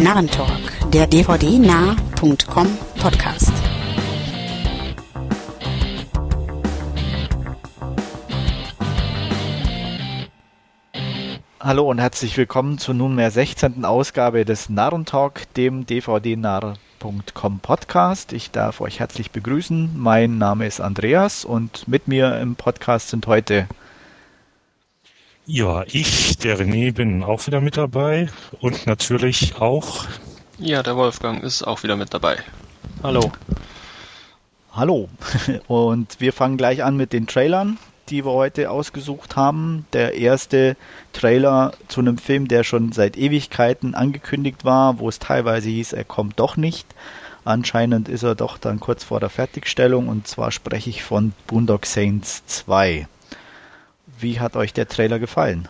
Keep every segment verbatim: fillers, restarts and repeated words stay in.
Narrentalk, der D V D nah Punkt com Podcast. Hallo und herzlich willkommen zur nunmehr sechzehnten Ausgabe des Narrentalk, dem D V D nah Punkt com Podcast. Ich darf euch herzlich begrüßen. Mein Name ist Andreas und mit mir im Podcast sind heute... Ja, ich, der René, bin auch wieder mit dabei und natürlich auch... Ja, der Wolfgang ist auch wieder mit dabei. Hallo. Hallo. Und wir fangen gleich an mit den Trailern, die wir heute ausgesucht haben. Der erste Trailer zu einem Film, der schon seit Ewigkeiten angekündigt war, wo es teilweise hieß, er kommt doch nicht. Anscheinend ist er doch dann kurz vor der Fertigstellung, und zwar spreche ich von Boondock Saints zwei. Wie hat euch der Trailer gefallen?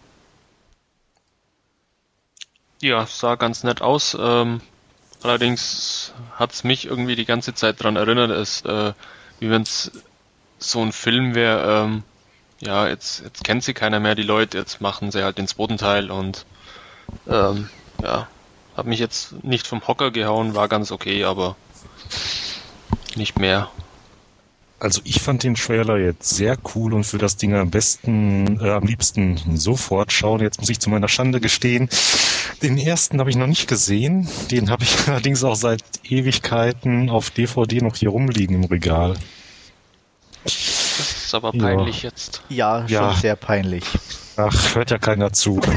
Ja, sah ganz nett aus. Ähm, allerdings hat es mich irgendwie die ganze Zeit daran erinnert, dass, äh, wie wenn es so ein Film wäre, ähm, ja, jetzt, jetzt kennt sie keiner mehr, die Leute, jetzt machen sie halt den zweiten Teil und ähm, ja, hat mich jetzt nicht vom Hocker gehauen, war ganz okay, aber nicht mehr. Also ich fand den Trailer jetzt sehr cool und will das Ding am besten, äh, am liebsten sofort schauen. Jetzt muss ich zu meiner Schande gestehen, den ersten habe ich noch nicht gesehen. Den habe ich allerdings auch seit Ewigkeiten auf D V D noch hier rumliegen im Regal. Das ist aber peinlich ja. jetzt. Ja, schon ja. sehr peinlich. Ach, hört ja keiner zu. Gut,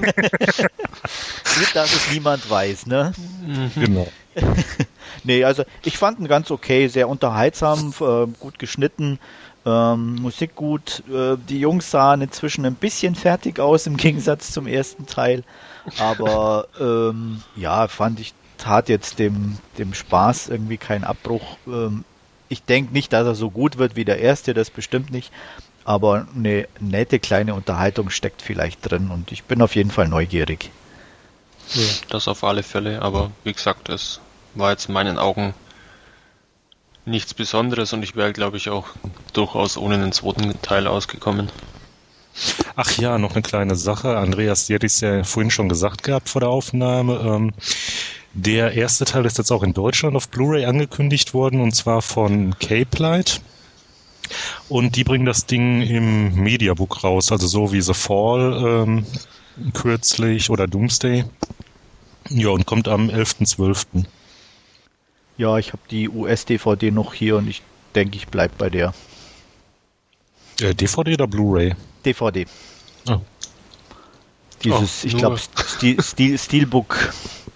dass es niemand weiß, ne? Genau. Nee, also ich fand ihn ganz okay, sehr unterhaltsam, äh, gut geschnitten, ähm, Musik gut. Äh, die Jungs sahen inzwischen ein bisschen fertig aus im Gegensatz zum ersten Teil, aber ähm, ja, fand ich, tat jetzt dem, dem Spaß irgendwie keinen Abbruch. Ähm, ich denke nicht, dass er so gut wird wie der erste, das bestimmt nicht, aber eine nette kleine Unterhaltung steckt vielleicht drin und ich bin auf jeden Fall neugierig. Ja, das auf alle Fälle, aber wie gesagt, es war jetzt in meinen Augen nichts Besonderes und ich wäre, glaube ich, auch durchaus ohne den zweiten Teil ausgekommen. Ach ja, noch eine kleine Sache. Andreas, die hatte ich ja vorhin schon gesagt gehabt vor der Aufnahme. Ähm, der erste Teil ist jetzt auch in Deutschland auf Blu-ray angekündigt worden, und zwar von Cape Light. Und die bringen das Ding im Mediabook raus, also so wie The Fall ähm, kürzlich oder Doomsday. Ja, und kommt am elften zwölften Ja, ich habe die U S-D V D noch hier und ich denke, ich bleibe bei der. Äh, D V D oder Blu-ray? D V D. Oh. Dieses, Oh, ich glaube, Stil, Stil, Steelbook.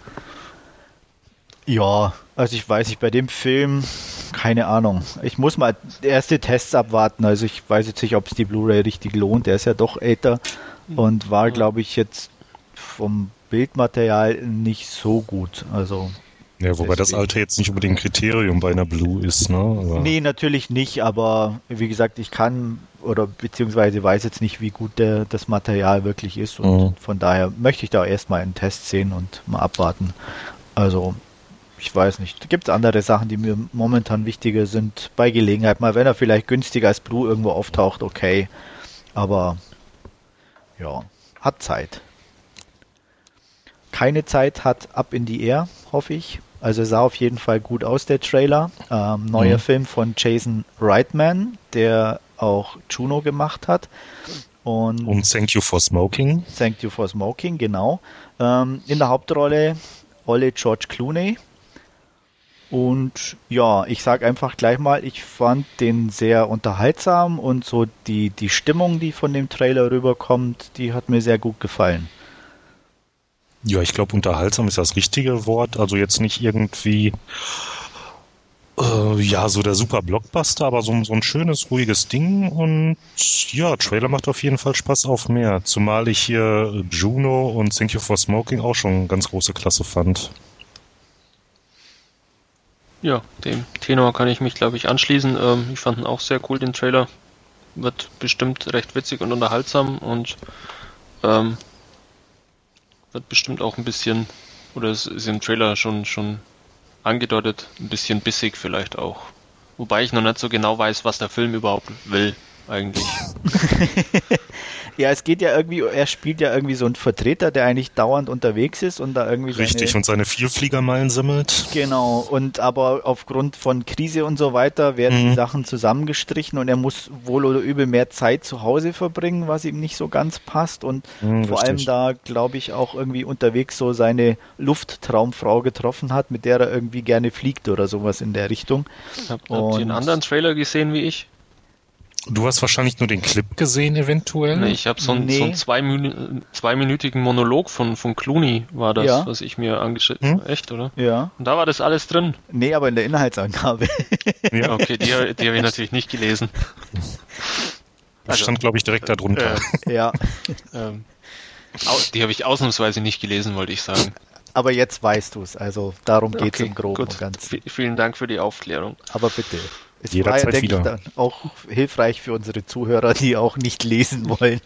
Ja, also ich weiß nicht, bei dem Film, keine Ahnung. Ich muss mal erste Tests abwarten. Also ich weiß jetzt nicht, ob es die Blu-ray richtig lohnt. Der ist ja doch älter und war, glaube ich, jetzt vom Bildmaterial nicht so gut. Also Ja, wobei deswegen. Das Alter jetzt nicht unbedingt ein Kriterium bei einer Blue ist, ne? Aber nee, natürlich nicht, aber wie gesagt, ich kann oder beziehungsweise weiß jetzt nicht, wie gut der, das Material wirklich ist und mhm. von daher möchte ich da erstmal einen Test sehen und mal abwarten. Also, ich weiß nicht. Gibt es andere Sachen, die mir momentan wichtiger sind? Bei Gelegenheit mal, wenn er vielleicht günstiger als Blue irgendwo auftaucht, okay. Aber ja, hat Zeit. Keine Zeit hat Up in the Air, hoffe ich. Also sah auf jeden Fall gut aus, der Trailer. Ähm, neuer mhm. Film von Jason Reitman, der auch Juno gemacht hat. Und, Und Thank You for Smoking. Thank You for Smoking, genau. Ähm, in der Hauptrolle Olle George Clooney. Und ja, ich sage einfach gleich mal, ich fand den sehr unterhaltsam und so die, die Stimmung, die von dem Trailer rüberkommt, die hat mir sehr gut gefallen. Ja, ich glaube, unterhaltsam ist das richtige Wort. Also jetzt nicht irgendwie, äh, ja, so der super Blockbuster, aber so, so ein schönes, ruhiges Ding. Und ja, Trailer macht auf jeden Fall Spaß auf mehr. Zumal ich hier Juno und Thank You for Smoking auch schon ganz große Klasse fand. Ja, dem Tenor kann ich mich, glaube ich, anschließen. Ähm, ich fand ihn auch sehr cool, den Trailer. Wird bestimmt recht witzig und unterhaltsam und ähm, wird bestimmt auch ein bisschen, oder es ist im Trailer schon schon angedeutet, ein bisschen bissig vielleicht auch. Wobei ich noch nicht so genau weiß, was der Film überhaupt will. eigentlich. Ja, es geht ja irgendwie, er spielt ja irgendwie so einen Vertreter, der eigentlich dauernd unterwegs ist und da irgendwie Richtig, seine, und seine Vielfliegermeilen sammelt. Genau, und aber aufgrund von Krise und so weiter werden Mhm. die Sachen zusammengestrichen und er muss wohl oder übel mehr Zeit zu Hause verbringen, was ihm nicht so ganz passt und Mhm, vor allem richtig. da, glaube ich, auch irgendwie unterwegs so seine Lufttraumfrau getroffen hat, mit der er irgendwie gerne fliegt oder sowas in der Richtung. Hab, habt ihr Und- einen anderen Trailer gesehen wie ich? Du hast wahrscheinlich nur den Clip gesehen, eventuell. Nee, ich habe so, einen- Nee. so einen zwei Minü- zweiminütigen Monolog von, von Clooney, war das, Ja. was ich mir angeschaut Hm? habe. Echt, oder? Ja, Und da war das alles drin. nee, aber in der Inhaltsangabe. Ja, Okay, die, die habe ich natürlich nicht gelesen. das stand, glaube ich, direkt darunter. Äh, Ja, ähm, au- die habe ich ausnahmsweise nicht gelesen, wollte ich sagen. aber jetzt weißt du es, also darum geht es Okay, im Groben gut. und Ganzen. V- vielen Dank für die Aufklärung. Aber bitte. Es war ja, Jederzeit denke ich, wieder. dann auch hilfreich für unsere Zuhörer, die auch nicht lesen wollen.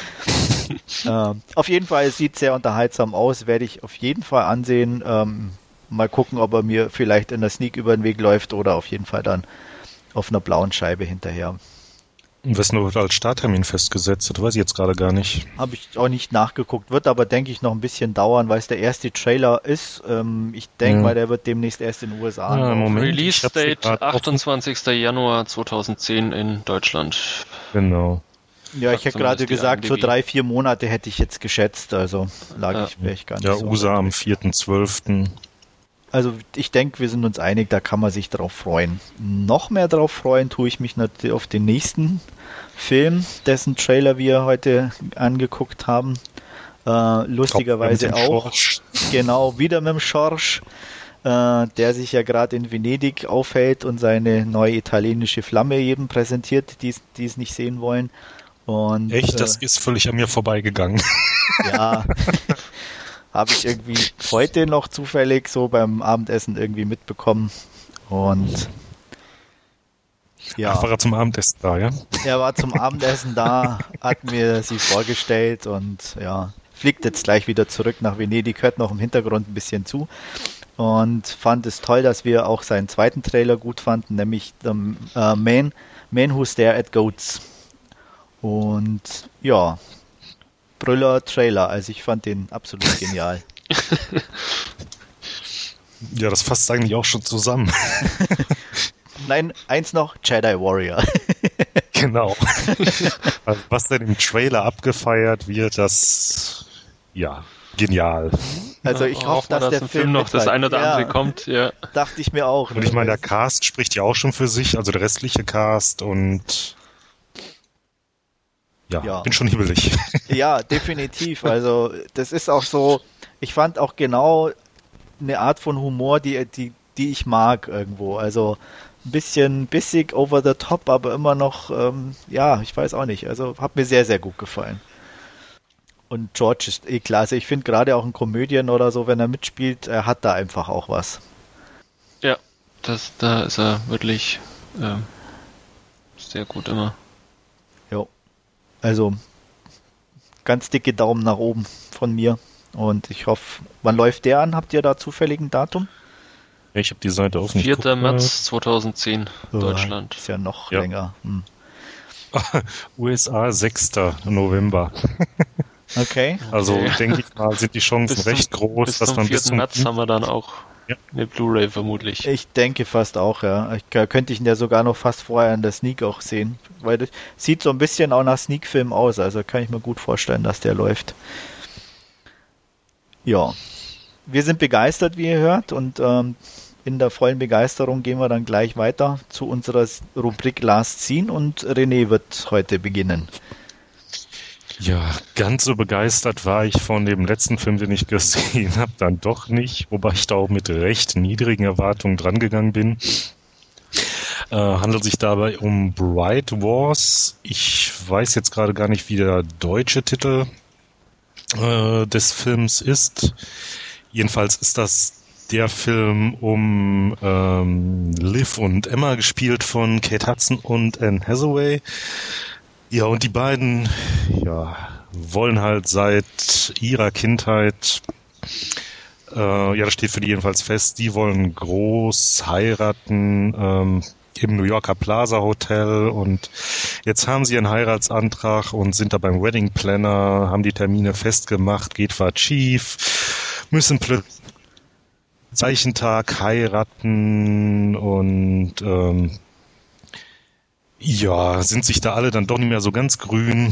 ähm, auf jeden Fall, es sieht sehr unterhaltsam aus, werde ich auf jeden Fall ansehen. Ähm, mal gucken, ob er mir vielleicht in der Sneak über den Weg läuft oder auf jeden Fall dann auf einer blauen Scheibe hinterher. Und was nur als Starttermin festgesetzt hat, weiß ich jetzt gerade gar nicht. Habe ich auch nicht nachgeguckt, wird aber, denke ich, noch ein bisschen dauern, weil es der erste Trailer ist. Ähm, ich denke Ja. mal, der wird demnächst erst in den U S A. Ja, laufen. Moment. ich Release hab's hier Date grad offen. achtundzwanzigster Januar zweitausendzehn in Deutschland. Genau. Ja, ich Sagt hätte gerade zumindest die gesagt, so I M D B. drei, vier Monate hätte ich jetzt geschätzt, also lag Ja. ich, wäre ich gar nicht Ja, so. U S A am vierten zwölften Also ich denke, wir sind uns einig, da kann man sich drauf freuen. Noch mehr drauf freuen tue ich mich natürlich auf den nächsten Film, dessen Trailer wir heute angeguckt haben. Äh, lustigerweise auch. Genau, wieder mit dem Schorsch, äh, der sich ja gerade in Venedig aufhält und seine neue italienische Flamme jedem präsentiert, die die es nicht sehen wollen. Und, Echt, das äh, ist völlig an mir vorbeigegangen. ja, habe ich irgendwie heute noch zufällig so beim Abendessen irgendwie mitbekommen. Und ja, Ach, war er zum Abendessen da, ja? er war zum Abendessen da, hat mir sie vorgestellt und ja, fliegt jetzt gleich wieder zurück nach Venedig, hört noch im Hintergrund ein bisschen zu und fand es toll, dass wir auch seinen zweiten Trailer gut fanden, nämlich The äh, Man, Man Who Stare at Goats. Und ja, Brüller Trailer, also ich fand den absolut genial. Ja, das fasst eigentlich auch schon zusammen. Nein, eins noch, Jedi Warrior. Genau. Also, was denn im Trailer abgefeiert wird, das, ja, genial. Also ich Ja, hoffe, hoffen wir, dass der im Film Film noch das mithalten- eine oder ja, andere kommt. Ja. dachte ich mir auch. Und ich meine, der Cast spricht ja auch schon für sich, also der restliche Cast und ja, Ja. bin schon hibbelig. Ja, definitiv. Also das ist auch so, ich fand auch genau eine Art von Humor, die, die, die ich mag irgendwo. Also ein bisschen bissig, over the top, aber immer noch, ähm, ja, ich weiß auch nicht. Also hat mir sehr, sehr gut gefallen. Und George ist eh klasse. Ich finde gerade auch in Komödien oder so, wenn er mitspielt, er hat da einfach auch was. Ja, das, da ist er wirklich ähm, sehr gut immer. Jo. Also ganz dicke Daumen nach oben von mir. Und ich hoffe, wann läuft der an? Habt ihr da zufällig ein Datum? Ich habe die Seite offen. Ich vierter guck mal. März zweitauszehn, Deutschland. Ist ja noch Ja. länger. Hm. U S A sechster November. Okay. Also Okay. denke ich mal, sind die Chancen Bis zum- recht groß, Bis dass zum man bis vierten zum März haben wir dann auch Ja. eine Blu-ray vermutlich. Ich denke fast auch, ja. Ich, äh, könnte ich ihn ja sogar noch fast vorher in der Sneak auch sehen. Weil das sieht so ein bisschen auch nach Sneak-Film aus. Also kann ich mir gut vorstellen, dass der läuft. Ja. Wir sind begeistert, wie ihr hört. Und ähm, in der vollen Begeisterung gehen wir dann gleich weiter zu unserer Rubrik Last Scene. Und René wird heute beginnen. Ja, ganz so begeistert war ich von dem letzten Film, den ich gesehen habe, dann doch nicht, wobei ich da auch mit recht niedrigen Erwartungen drangegangen bin. Äh, handelt sich dabei um Bright Wars. Ich weiß jetzt gerade gar nicht, wie der deutsche Titel äh, des Films ist. Jedenfalls ist das der Film um ähm, Liv und Emma, gespielt von Kate Hudson und Anne Hathaway. Ja, und die beiden, ja, wollen halt seit ihrer Kindheit, äh, ja, das steht für die jedenfalls fest, die wollen groß heiraten, ähm, im New Yorker Plaza Hotel und jetzt haben sie einen Heiratsantrag und sind da beim Wedding Planner, haben die Termine festgemacht, geht was schief, müssen plötzlich Zeichentag heiraten und ähm, ja, sind sich da alle dann doch nicht mehr so ganz grün.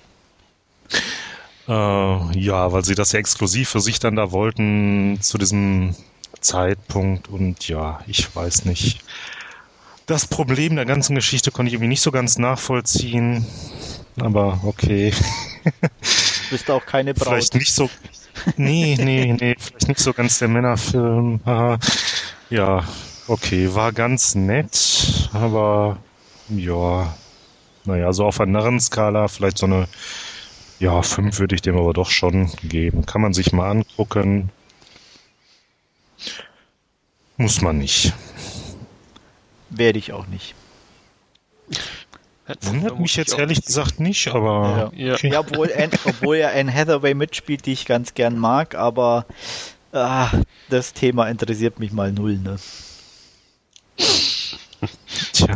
Äh, ja, weil sie das ja exklusiv für sich dann da wollten zu diesem Zeitpunkt und ja, ich weiß nicht. Das Problem der ganzen Geschichte konnte ich irgendwie nicht so ganz nachvollziehen, aber okay. Bist auch keine Braut. Vielleicht nicht so, nee, nee, nee, vielleicht nicht so ganz der Männerfilm. Aha. Ja, okay, war ganz nett, aber ja, naja, so auf einer Narrenskala vielleicht so eine, ja, fünf würde ich dem aber doch schon geben. Kann man sich mal angucken. Muss man nicht. Werde ich auch nicht. Wundert mich jetzt ehrlich gesagt nicht, aber... Ja, ja. ja obwohl, Anne, obwohl ja Anne Hathaway mitspielt, die ich ganz gern mag, aber ah, das Thema interessiert mich mal null, ne? Tja.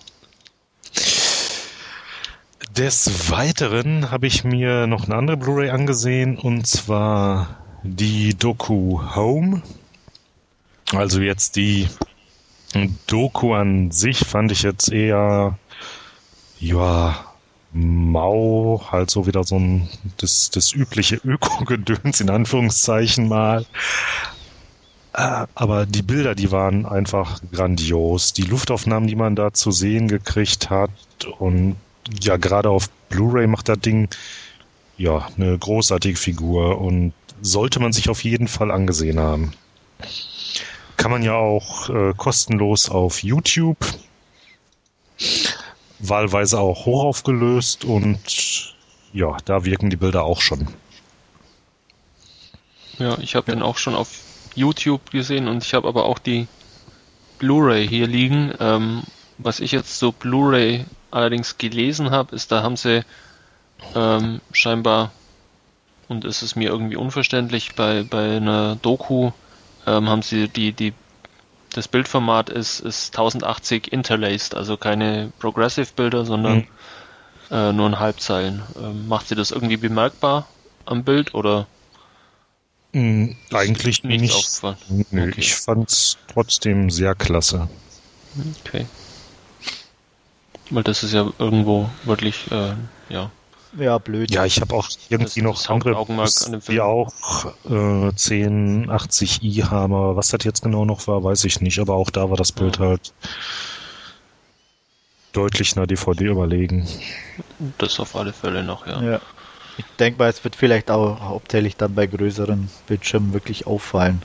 Des Weiteren habe ich mir noch eine andere Blu-ray angesehen, und zwar die Doku Home. Also jetzt die Doku an sich fand ich jetzt eher, ja, mau, halt so wieder so ein, das, das übliche Öko-Gedöns in Anführungszeichen mal. Aber die Bilder, die waren einfach grandios. Die Luftaufnahmen, die man da zu sehen gekriegt hat, und ja, gerade auf Blu-ray macht das Ding ja eine großartige Figur und sollte man sich auf jeden Fall angesehen haben. Kann man ja auch äh, kostenlos auf YouTube, wahlweise auch hochaufgelöst, und ja, da wirken die Bilder auch schon. Ja, ich habe den auch schon auf YouTube gesehen und ich habe aber auch die Blu-ray hier liegen. Ähm, was ich jetzt so Blu-ray allerdings gelesen habe, ist, da haben sie ähm, scheinbar, und es ist mir irgendwie unverständlich, bei, bei einer Doku ähm, haben sie die, die, das Bildformat ist, ist tausendachtzig interlaced, also keine Progressive-Bilder, sondern mhm. äh, nur in Halbzeilen. Ähm, macht sie das irgendwie bemerkbar am Bild, oder? Mhm, eigentlich nicht. nicht. Nö, okay. Ich fand's trotzdem sehr klasse. Okay. Weil das ist ja irgendwo wirklich, äh, ja. Ja, blöd. Ja, ich habe auch irgendwie noch andere, die auch äh, zehn achtzig i haben, aber was das jetzt genau noch war, weiß ich nicht. Aber auch da war das Bild ja. halt deutlich einer D V D überlegen. Das auf alle Fälle noch, ja. ja. Ich denke mal, es wird vielleicht auch hauptsächlich dann bei größeren Bildschirmen wirklich auffallen.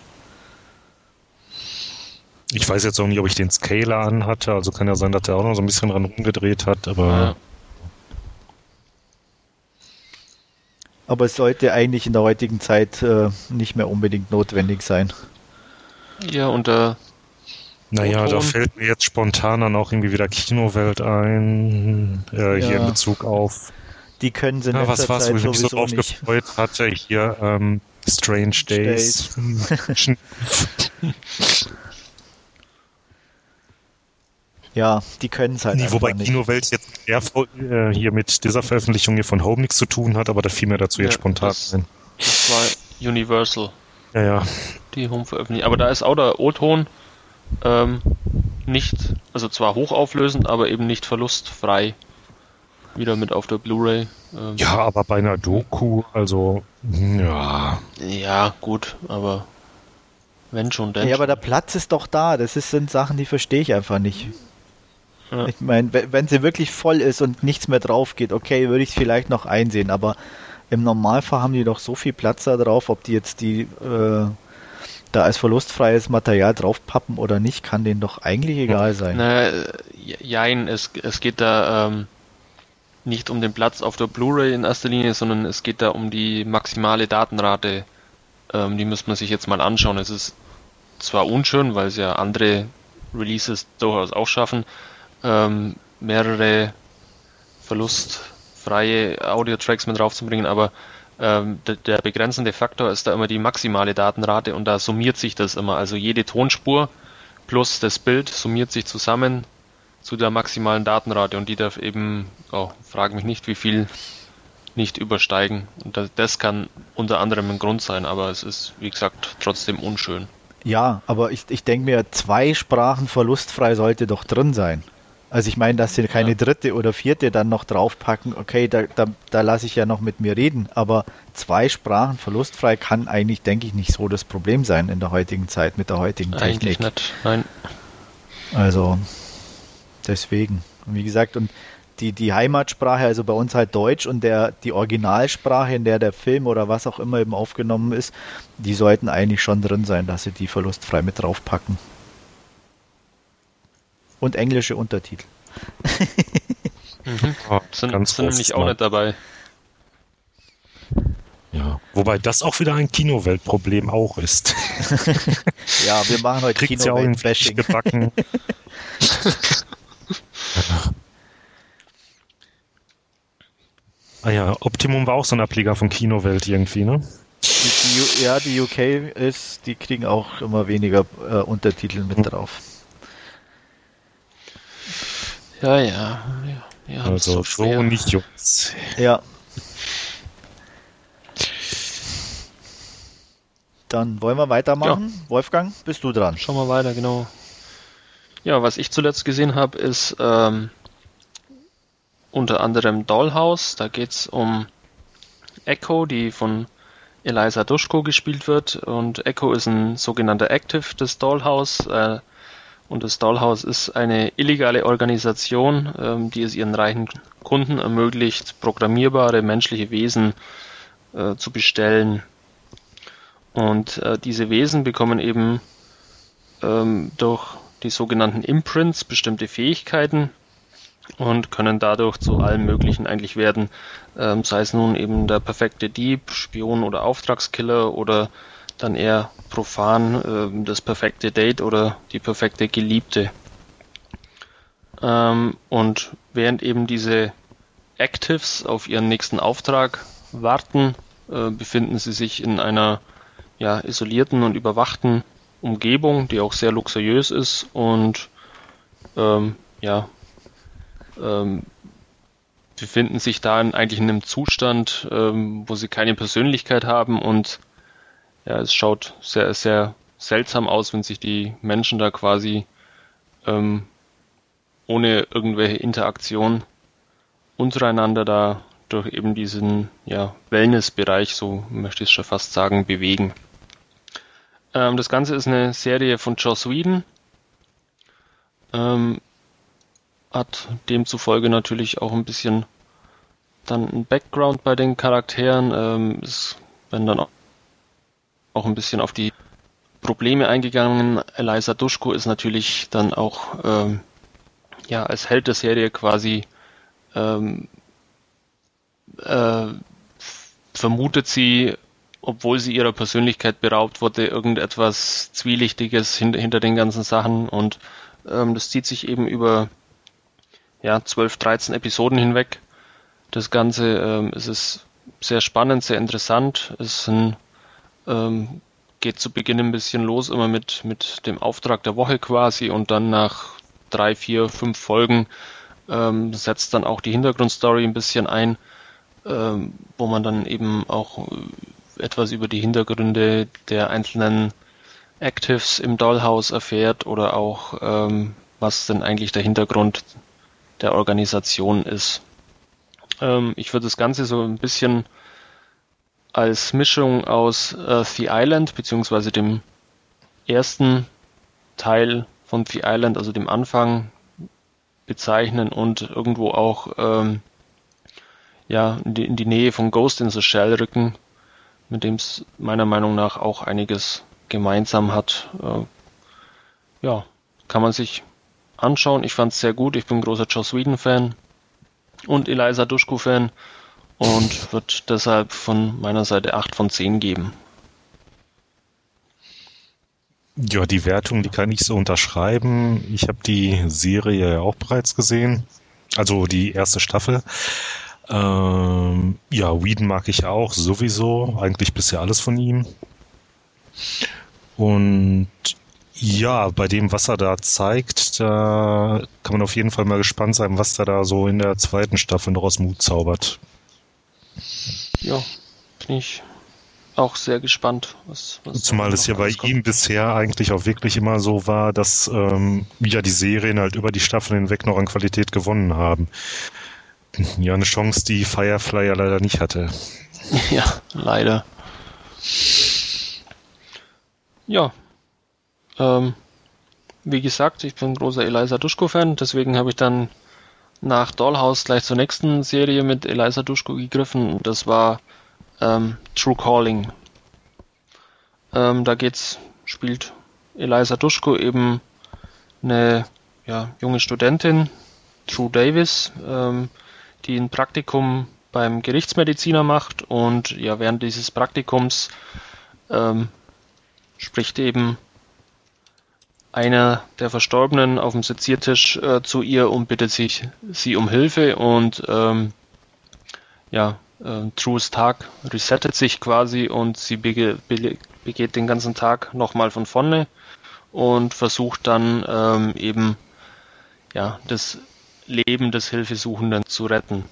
Ich weiß jetzt auch nicht, ob ich den Scaler anhatte, also kann ja sein, dass der auch noch so ein bisschen dran rumgedreht hat, aber... Ja. Aber es sollte eigentlich in der heutigen Zeit äh, nicht mehr unbedingt notwendig sein. Ja, und äh, Naja, O-Ton. da fällt mir jetzt spontan dann auch irgendwie wieder Kinowelt ein, äh, Ja. hier in Bezug auf... Die können sie in Ja, was letzter war's, Zeit wo ich mich so sowieso drauf nicht. gefreut hatte, hier ähm, Strange Days. Ja, die können es halt Nee, einfach wobei nicht. Kinowelt jetzt eher äh, hier mit dieser Veröffentlichung hier von Home nichts zu tun hat, aber da fiel mir dazu Ja, jetzt spontan das- ein. das war Universal, Ja, ja. die Home-Veröffentlichung. Aber da ist auch der O-Ton ähm, nicht, also zwar hochauflösend, aber eben nicht verlustfrei. Wieder mit auf der Blu-ray. Ähm, Ja, aber bei einer Doku, also, ja. ja, gut, aber wenn schon, denn. Ja, aber der Platz ist doch da. Das ist, sind Sachen, die verstehe ich einfach nicht. Ja. Ich meine, we- wenn sie wirklich voll ist und nichts mehr drauf geht, okay, würde ich es vielleicht noch einsehen, aber im Normalfall haben die doch so viel Platz da drauf, ob die jetzt die äh, da als verlustfreies Material draufpappen oder nicht, kann denen doch eigentlich egal sein. Naja, äh, jein, es, es geht da ähm, nicht um den Platz auf der Blu-ray in erster Linie, sondern es geht da um die maximale Datenrate. Ähm, die muss man sich jetzt mal anschauen. Es ist zwar unschön, weil es ja andere Releases durchaus auch schaffen, ähm, mehrere verlustfreie Audio-Tracks mit draufzubringen, aber ähm, der, der begrenzende Faktor ist da immer die maximale Datenrate, und da summiert sich das immer. Also jede Tonspur plus das Bild summiert sich zusammen zu der maximalen Datenrate und die darf eben, oh, frag mich nicht, wie viel nicht übersteigen. Und das, das kann unter anderem ein Grund sein, aber es ist, wie gesagt, trotzdem unschön. Ja, aber ich, ich denke mir, zwei Sprachen verlustfrei sollte doch drin sein. Also ich meine, dass sie keine ja. dritte oder vierte dann noch draufpacken, okay, da, da, da lasse ich ja noch mit mir reden, aber zwei Sprachen verlustfrei kann eigentlich, denke ich, nicht so das Problem sein in der heutigen Zeit mit der heutigen Technik. Eigentlich nicht, nein. Also deswegen. Und wie gesagt, und die, die Heimatsprache, also bei uns halt Deutsch und der, die Originalsprache, in der der Film oder was auch immer eben aufgenommen ist, die sollten eigentlich schon drin sein, dass sie die verlustfrei mit draufpacken. Und englische Untertitel. mhm. oh, sind Ganz sind nämlich auch nicht dabei. Ja, wobei das auch wieder ein Kinoweltproblem auch ist. Ja, wir machen heute Kinowelt-Bashing. gebacken. Ah ja, Optimum war auch so ein Ableger von Kinowelt irgendwie, ne? Die, die, ja, die U K ist, die kriegen auch immer weniger äh, Untertitel mit drauf. Ja, ja. ja, ja also so, so nicht Jungs. Ja. Dann wollen wir weitermachen. Ja. Wolfgang, bist du dran. Schauen wir weiter, genau. Ja, was ich zuletzt gesehen habe, ist ähm, unter anderem Dollhouse. Da geht es um Echo, die von Eliza Dushku gespielt wird. Und Echo ist ein sogenannter Active des Dollhouse. Äh, und das Dollhouse ist eine illegale Organisation, ähm, die es ihren reichen Kunden ermöglicht, programmierbare menschliche Wesen äh, zu bestellen. Und äh, diese Wesen bekommen eben ähm, durch die sogenannten Imprints bestimmte Fähigkeiten und können dadurch zu allem Möglichen eigentlich werden, ähm, sei es nun eben der perfekte Dieb, Spion oder Auftragskiller oder dann eher profan ähm, das perfekte Date oder die perfekte Geliebte. Ähm, und während eben diese Actives auf ihren nächsten Auftrag warten, äh, befinden sie sich in einer ja, isolierten und überwachten Umgebung, die auch sehr luxuriös ist und ähm, ja, ähm, befinden sich da in, eigentlich in einem Zustand, ähm, wo sie keine Persönlichkeit haben und ja, es schaut sehr, sehr seltsam aus, wenn sich die Menschen da quasi ähm, ohne irgendwelche Interaktion untereinander da durch eben diesen ja, Wellnessbereich, so möchte ich es schon fast sagen, bewegen. Ähm, das Ganze ist eine Serie von Joss Whedon. Ähm, hat demzufolge natürlich auch ein bisschen dann ein Background bei den Charakteren. Ähm, es werden dann auch, auch ein bisschen auf die Probleme eingegangen. Eliza Dushku ist natürlich dann auch ähm, ja als Held der Serie quasi ähm, äh, vermutet sie, obwohl sie ihrer Persönlichkeit beraubt wurde, irgendetwas Zwielichtiges hinter, hinter den ganzen Sachen und ähm, das zieht sich eben über ja, zwölf, dreizehn Episoden hinweg. Das Ganze ähm, es ist sehr spannend, sehr interessant. Es sind, ähm, geht zu Beginn ein bisschen los, immer mit, mit dem Auftrag der Woche quasi und dann nach drei, vier, fünf Folgen ähm, setzt dann auch die Hintergrundstory ein bisschen ein, ähm, wo man dann eben auch etwas über die Hintergründe der einzelnen Actives im Dollhouse erfährt oder auch ähm, was denn eigentlich der Hintergrund der Organisation ist. Ähm, ich würde das Ganze so ein bisschen als Mischung aus äh, The Island beziehungsweise dem ersten Teil von The Island, also dem Anfang, bezeichnen und irgendwo auch ähm, ja in die, in die Nähe von Ghost in the Shell rücken, mit dem es meiner Meinung nach auch einiges gemeinsam hat. Äh, ja, kann man sich anschauen. Ich fand es sehr gut. Ich bin ein großer Joss Whedon-Fan und Eliza Dushku-Fan und wird deshalb von meiner Seite acht von zehn geben. Ja, die Wertung, die kann ich so unterschreiben. Ich habe die Serie ja auch bereits gesehen, also die erste Staffel. Ähm, ja, Whedon mag ich auch sowieso, eigentlich bisher alles von ihm. Und Ja, bei dem, was er da zeigt, da kann man auf jeden Fall mal gespannt sein, was er da so in der zweiten Staffel noch aus Mut zaubert. Ja, bin ich auch sehr gespannt. Was, was Zumal es ja bei ihm bisher eigentlich auch wirklich immer so war, dass ähm, ja die Serien halt über die Staffeln hinweg noch an Qualität gewonnen haben. Ja, eine Chance, die Firefly ja leider nicht hatte. Ja, leider. Ja, ähm, wie gesagt, ich bin großer Eliza Dushku-Fan, deswegen habe ich dann nach Dollhouse gleich zur nächsten Serie mit Eliza Dushku gegriffen. Das war ähm, True Calling. Ähm, da geht's, spielt Eliza Dushku eben eine ja, junge Studentin, True Davis, ähm, die ein Praktikum beim Gerichtsmediziner macht und ja während dieses Praktikums ähm, spricht eben einer der Verstorbenen auf dem Seziertisch äh, zu ihr und bittet sich sie um Hilfe und ähm, ja, äh, Trues Tag resettet sich quasi und sie bege, be, begeht den ganzen Tag nochmal von vorne und versucht dann ähm, eben ja das Leben des Hilfesuchenden zu retten.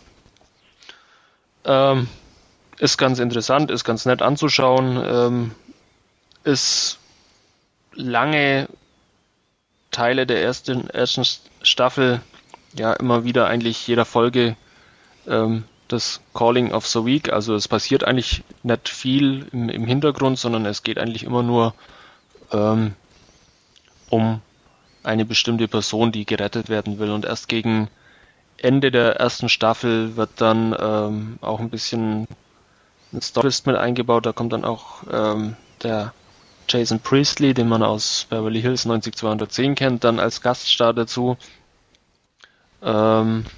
Ähm, ist ganz interessant, ist ganz nett anzuschauen, ähm, ist lange Teile der ersten, ersten Staffel ja immer wieder eigentlich jeder Folge ähm, das Calling of the Week, also es passiert eigentlich nicht viel im, im Hintergrund, sondern es geht eigentlich immer nur ähm, um eine bestimmte Person, die gerettet werden will und erst gegen Ende der ersten Staffel wird dann ähm, auch ein bisschen ein Storyist mit eingebaut, da kommt dann auch ähm, der Jason Priestley, den man aus Beverly Hills neunzig zweihundertzehn kennt, dann als Gaststar dazu, ähm,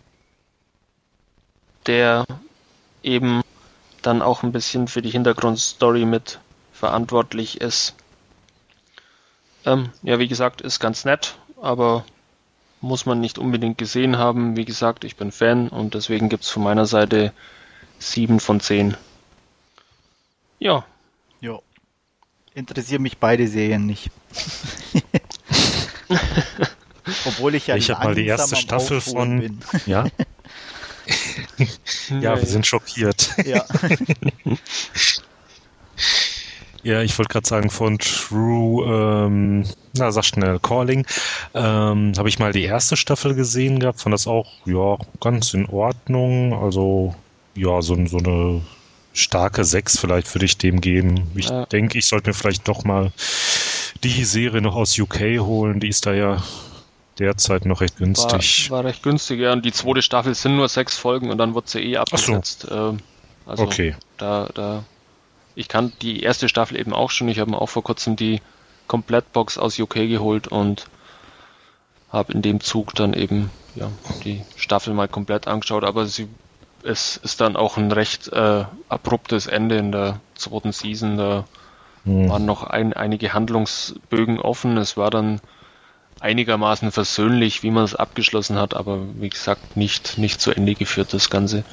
der eben dann auch ein bisschen für die Hintergrundstory mit verantwortlich ist. Ähm, ja, wie gesagt, ist ganz nett, aber muss man nicht unbedingt gesehen haben. Wie gesagt, ich bin Fan und deswegen gibt es von meiner Seite sieben von zehn. Ja. Ja. Interessieren mich beide Serien nicht. Obwohl ich ja ich habe mal die erste Staffel von bin. Ja. Ja, wir sind schockiert. Ja. Ja, ich wollte gerade sagen, von True, ähm, na sag schnell, Calling, ähm, habe ich mal die erste Staffel gesehen gehabt, fand das auch, ja, ganz in Ordnung, also, ja, so, so eine starke sechs vielleicht würde ich dem geben. Ich ja. denke, ich sollte mir vielleicht doch mal die Serie noch aus U K holen, die ist da ja derzeit noch recht günstig. War, war recht günstig, ja, und die zweite Staffel sind nur sechs Folgen und dann wird sie eh abgesetzt. Ach so. Also okay. Da, da, ich kann die erste Staffel eben auch schon, ich habe mir auch vor kurzem die Komplettbox aus U K geholt und habe in dem Zug dann eben ja die Staffel mal komplett angeschaut, aber sie es ist dann auch ein recht äh, abruptes Ende in der zweiten Season. Da hm. waren noch ein, einige Handlungsbögen offen. Es war dann einigermaßen versöhnlich, wie man es abgeschlossen hat, aber wie gesagt, nicht, nicht zu Ende geführt, das Ganze.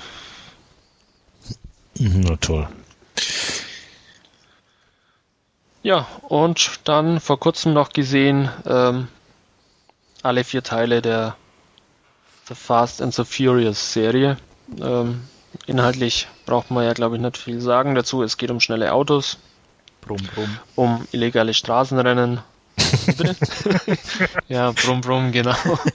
Na toll. Ja, und dann vor kurzem noch gesehen, ähm, alle vier Teile der The Fast and the Furious Serie. Ähm, inhaltlich braucht man ja, glaube ich, nicht viel sagen dazu. Es geht um schnelle Autos, brumm, brumm. um illegale Straßenrennen. Ja, brumm, brumm, genau.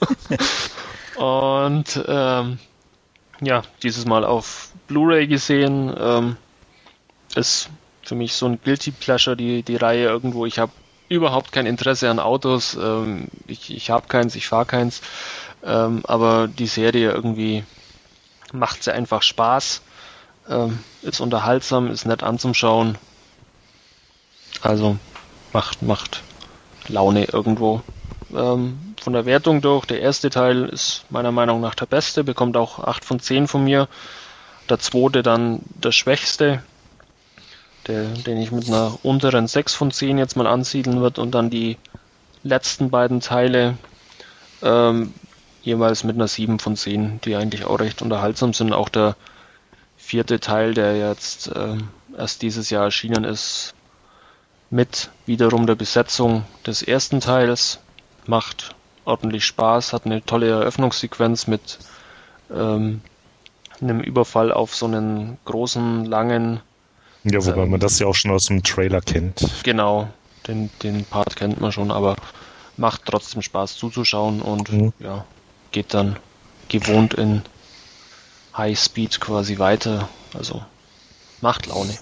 Und ähm, ja, dieses Mal auf Blu-ray gesehen. Ähm, ist für mich so ein Guilty Pleasure, die, die Reihe irgendwo. Ich habe überhaupt kein Interesse an Autos. Ähm, ich ich habe keins, ich fahre keins. Ähm, aber die Serie irgendwie macht sie einfach Spaß, ähm, ist unterhaltsam, ist nett anzuschauen, also macht macht Laune irgendwo. Ähm, von der Wertung durch, der erste Teil ist meiner Meinung nach der beste, bekommt auch acht von zehn von mir, der zweite dann der schwächste, der, den ich mit einer unteren sechs von zehn jetzt mal ansiedeln wird und dann die letzten beiden Teile ähm, jeweils mit einer sieben von zehn, die eigentlich auch recht unterhaltsam sind. Auch der vierte Teil, der jetzt äh, erst dieses Jahr erschienen ist, mit wiederum der Besetzung des ersten Teils. Macht ordentlich Spaß, hat eine tolle Eröffnungssequenz mit ähm, einem Überfall auf so einen großen, langen... Ja, wobei ähm, man das ja auch schon aus dem Trailer kennt. Genau, den, den Part kennt man schon, aber macht trotzdem Spaß zuzuschauen und mhm. ja, geht dann gewohnt in High Speed quasi weiter. Also macht Laune.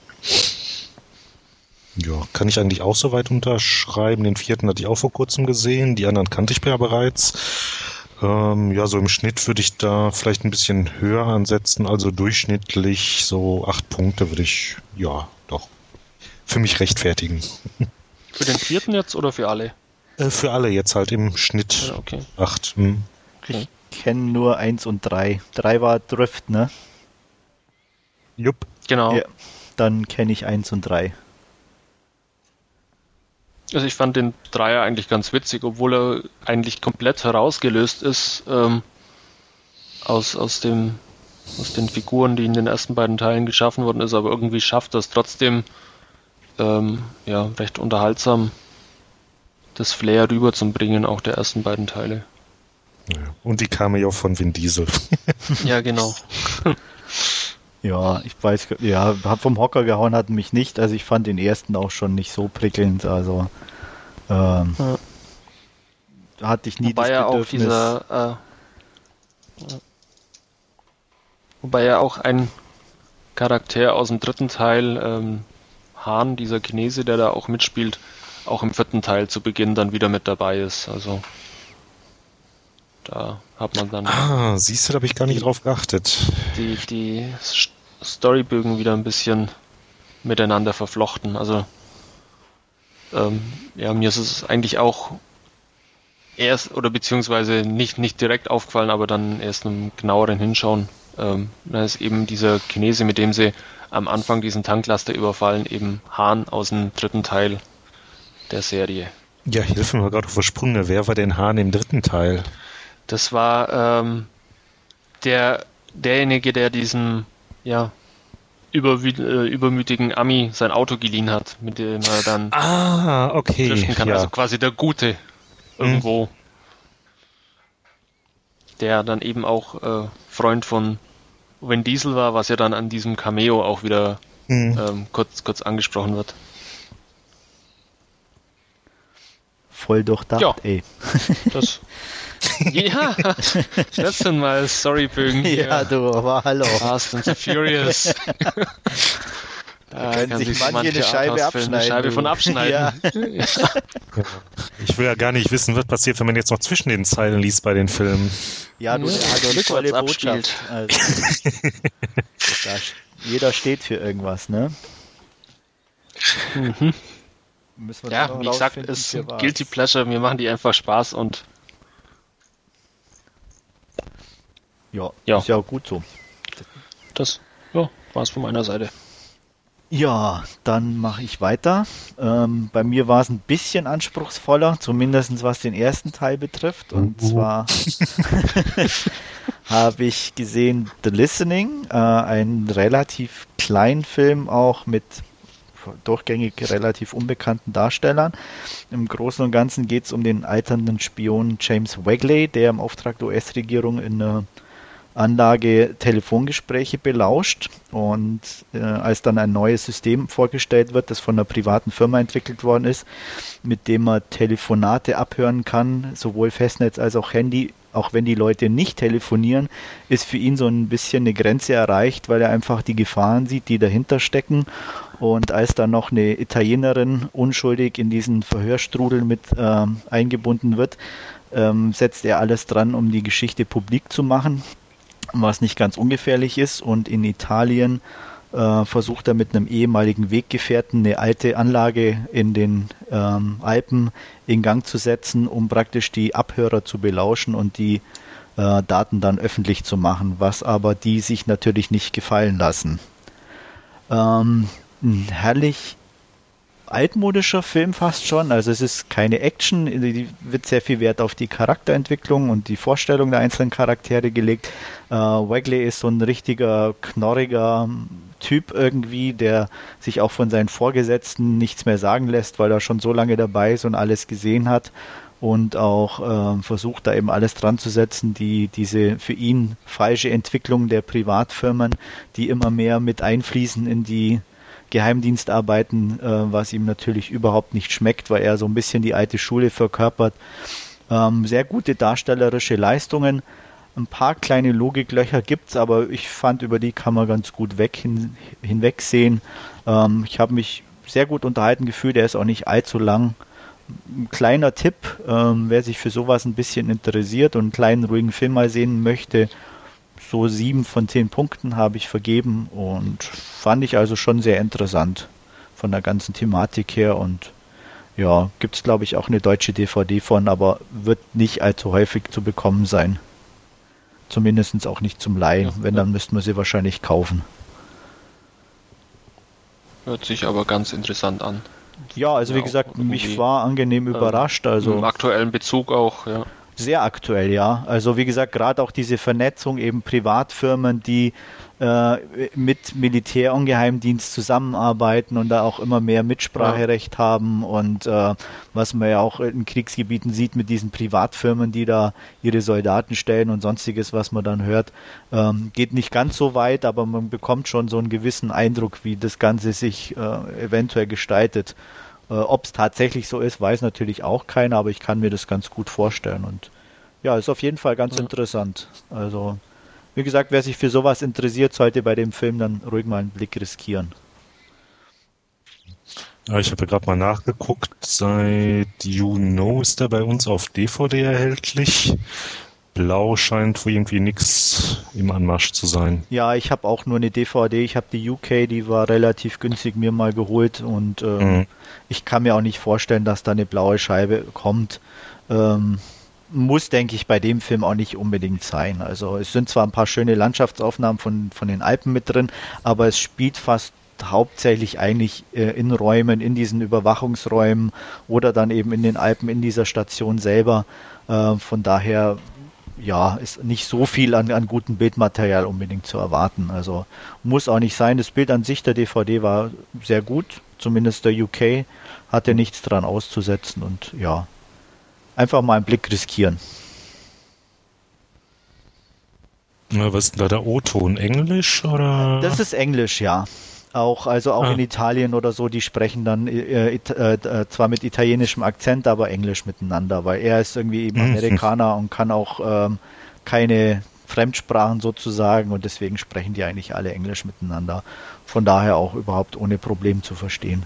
Ja, kann ich eigentlich auch soweit unterschreiben. Den vierten hatte ich auch vor kurzem gesehen, die anderen kannte ich ja bereits. Ähm, ja, so im Schnitt würde ich da vielleicht ein bisschen höher ansetzen, also durchschnittlich so acht Punkte würde ich, ja, doch, für mich rechtfertigen. Für den vierten jetzt oder für alle? Äh, für alle jetzt halt im Schnitt ja, okay. acht. Hm. Ich kenne nur eins und drei. drei war Drift, ne? Jupp. Genau. Ja, dann kenne ich eins und drei. Also ich fand den Dreier eigentlich ganz witzig, obwohl er eigentlich komplett herausgelöst ist ähm, aus, aus, dem, aus den Figuren, die in den ersten beiden Teilen geschaffen worden ist, aber irgendwie schafft das trotzdem ähm, ja, recht unterhaltsam das Flair rüberzubringen, auch der ersten beiden Teile. Ja, und die Cameo von Vin Diesel. Ja, genau. Ja, ich weiß, ja, vom Hocker gehauen hat mich nicht, also ich fand den ersten auch schon nicht so prickelnd, also ähm, ja. da hatte ich nie wobei das er Bedürfnis. Auch dieser, äh, wobei er auch ein Charakter aus dem dritten Teil, ähm, Han, dieser Chinese, der da auch mitspielt, auch im vierten Teil zu Beginn dann wieder mit dabei ist, also da hat man dann... Ah, siehst du, da habe ich gar nicht die, drauf geachtet. Die, die Storybögen wieder ein bisschen miteinander verflochten. Also, ähm, ja, mir ist es eigentlich auch erst, oder beziehungsweise nicht, nicht direkt aufgefallen, aber dann erst einem genaueren Hinschauen. Ähm, da ist eben dieser Chinese, mit dem sie am Anfang diesen Tanklaster überfallen, eben Han aus dem dritten Teil der Serie. Ja, hilf mir mal gerade auf der Sprünge. Wer war denn Han im dritten Teil? Das war ähm, der derjenige, der diesem ja überwü- äh, übermütigen Ami sein Auto geliehen hat, mit dem er dann ah, okay. driften kann. Ja. Also quasi der Gute irgendwo. Hm. Der dann eben auch äh, Freund von Vin Diesel war, was ja dann an diesem Cameo auch wieder hm. ähm, kurz, kurz angesprochen wird. Voll durchdacht, ja, ey. Das... Ja, das sind mal Storybögen hier. Ja, du, aber hallo. Fast and Furious. Da können sich manche, manche eine Scheibe abschneiden. Eine Scheibe von abschneiden. Ja. Ich will ja gar nicht wissen, was passiert, wenn man jetzt noch zwischen den Zeilen liest bei den Filmen. Ja, du, der hat eine tolle Botschaft. Also, da, jeder steht für irgendwas, ne? Mhm. Müssen wir ja, wie gesagt, es ist Guilty Pleasure, mir machen die einfach Spaß und Ja, ja, ist ja auch gut so. Das ja, war es von meiner Seite. Ja, dann mache ich weiter. Ähm, bei mir war es ein bisschen anspruchsvoller, zumindest was den ersten Teil betrifft. Und uh. zwar habe ich gesehen The Listening, äh, einen relativ kleinen Film, auch mit durchgängig relativ unbekannten Darstellern. Im Großen und Ganzen geht es um den alternden Spion James Wegley, der im Auftrag der U S-Regierung in einer Anlage Telefongespräche belauscht, und äh, als dann ein neues System vorgestellt wird, das von einer privaten Firma entwickelt worden ist, mit dem man Telefonate abhören kann, sowohl Festnetz als auch Handy, auch wenn die Leute nicht telefonieren, ist für ihn so ein bisschen eine Grenze erreicht, weil er einfach die Gefahren sieht, die dahinter stecken. Und als dann noch eine Italienerin unschuldig in diesen Verhörstrudel mit ähm, eingebunden wird, ähm, setzt er alles dran, um die Geschichte publik zu machen, was nicht ganz ungefährlich ist. Und in Italien äh, versucht er mit einem ehemaligen Weggefährten eine alte Anlage in den ähm, Alpen in Gang zu setzen, um praktisch die Abhörer zu belauschen und die äh, Daten dann öffentlich zu machen, was aber die sich natürlich nicht gefallen lassen. Ähm, ein herrlich altmodischer Film fast schon, also es ist keine Action, die wird sehr viel Wert auf die Charakterentwicklung und die Vorstellung der einzelnen Charaktere gelegt. Äh, Wegley ist so ein richtiger, knorriger Typ irgendwie, der sich auch von seinen Vorgesetzten nichts mehr sagen lässt, weil er schon so lange dabei ist und alles gesehen hat und auch äh, versucht, da eben alles dran zu setzen, die diese für ihn falsche Entwicklung der Privatfirmen, die immer mehr mit einfließen in die Geheimdienstarbeiten, äh, was ihm natürlich überhaupt nicht schmeckt, weil er so ein bisschen die alte Schule verkörpert. Ähm, sehr gute darstellerische Leistungen. Ein paar kleine Logiklöcher gibt's, aber ich fand, über die kann man ganz gut weg hin, hinwegsehen. Ähm, ich habe mich sehr gut unterhalten gefühlt, der ist auch nicht allzu lang. Ein kleiner Tipp, ähm, wer sich für sowas ein bisschen interessiert und einen kleinen, ruhigen Film mal sehen möchte, so sieben von zehn Punkten habe ich vergeben und fand ich also schon sehr interessant von der ganzen Thematik her und ja, gibt es glaube ich auch eine deutsche D V D von, aber wird nicht allzu häufig zu bekommen sein. Zumindest auch nicht zum Leihen. Ja, Wenn, ja. dann müssten wir sie wahrscheinlich kaufen. Hört sich aber ganz interessant an. Ja, also ja, wie gesagt, mich war angenehm äh, überrascht. Also im aktuellen Bezug auch, ja. Sehr aktuell, ja. Also wie gesagt, gerade auch diese Vernetzung, eben Privatfirmen, die äh, mit Militär und Geheimdienst zusammenarbeiten und da auch immer mehr Mitspracherecht ja. haben und äh, was man ja auch in Kriegsgebieten sieht mit diesen Privatfirmen, die da ihre Soldaten stellen und sonstiges, was man dann hört, ähm, geht nicht ganz so weit, aber man bekommt schon so einen gewissen Eindruck, wie das Ganze sich äh, eventuell gestaltet. Ob es tatsächlich so ist, weiß natürlich auch keiner, aber ich kann mir das ganz gut vorstellen. Und ja, ist auf jeden Fall ganz ja. interessant. Also, wie gesagt, wer sich für sowas interessiert, sollte bei dem Film dann ruhig mal einen Blick riskieren. Ja, ich habe ja gerade mal nachgeguckt. Seit You Know ist der bei uns auf D V D erhältlich. Blau scheint wohl irgendwie nichts im Anmarsch zu sein. Ja, ich habe auch nur eine D V D. Ich habe die U K, die war relativ günstig mir mal geholt und ähm, mhm. ich kann mir auch nicht vorstellen, dass da eine blaue Scheibe kommt. Ähm, muss, denke ich, bei dem Film auch nicht unbedingt sein. Also es sind zwar ein paar schöne Landschaftsaufnahmen von, von den Alpen mit drin, aber es spielt fast hauptsächlich eigentlich äh, in Räumen, in diesen Überwachungsräumen oder dann eben in den Alpen, in dieser Station selber. Äh, von daher ja, ist nicht so viel an, an gutem Bildmaterial unbedingt zu erwarten. Also muss auch nicht sein. Das Bild an sich der D V D war sehr gut. Zumindest der U K hatte nichts dran auszusetzen und ja, einfach mal einen Blick riskieren. Na, was ist denn da der O-Ton? Englisch oder? Das ist Englisch, ja. Auch, also auch ah. in Italien oder so, die sprechen dann äh, äh, zwar mit italienischem Akzent, aber Englisch miteinander, weil er ist irgendwie eben Amerikaner und kann auch ähm, keine Fremdsprachen sozusagen und deswegen sprechen die eigentlich alle Englisch miteinander. Von daher auch überhaupt ohne Problem zu verstehen.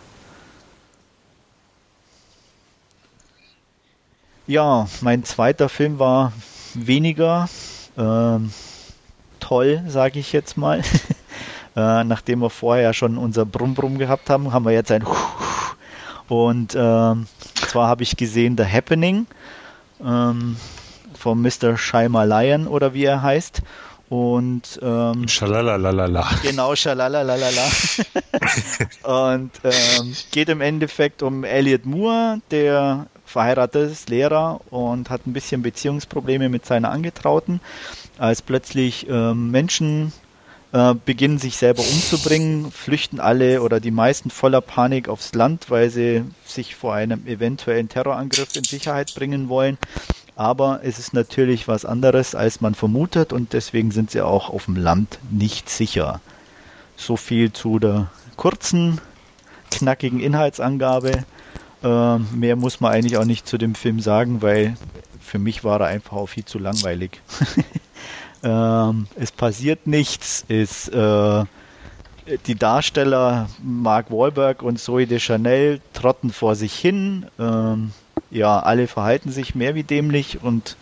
Ja, mein zweiter Film war weniger ähm, toll, sage ich jetzt mal. Äh, nachdem wir vorher schon unser Brumm-Brumm gehabt haben, haben wir jetzt ein und ähm, zwar habe ich gesehen The Happening ähm, von Mister Shyamalan oder wie er heißt und ähm, Schalalalala. Genau, Schalalalala. Und ähm, geht im Endeffekt um Elliot Moore, der verheiratet ist, Lehrer und hat ein bisschen Beziehungsprobleme mit seiner Angetrauten, als plötzlich ähm, Menschen beginnen sich selber umzubringen, flüchten alle oder die meisten voller Panik aufs Land, weil sie sich vor einem eventuellen Terrorangriff in Sicherheit bringen wollen. Aber es ist natürlich was anderes, als man vermutet und deswegen sind sie auch auf dem Land nicht sicher. So viel zu der kurzen, knackigen Inhaltsangabe. Äh, mehr muss man eigentlich auch nicht zu dem Film sagen, weil für mich war er einfach auch viel zu langweilig. Ähm, es passiert nichts, es, äh, die Darsteller Mark Wahlberg und Zooey Deschanel trotten vor sich hin, ähm, ja, alle verhalten sich mehr wie dämlich und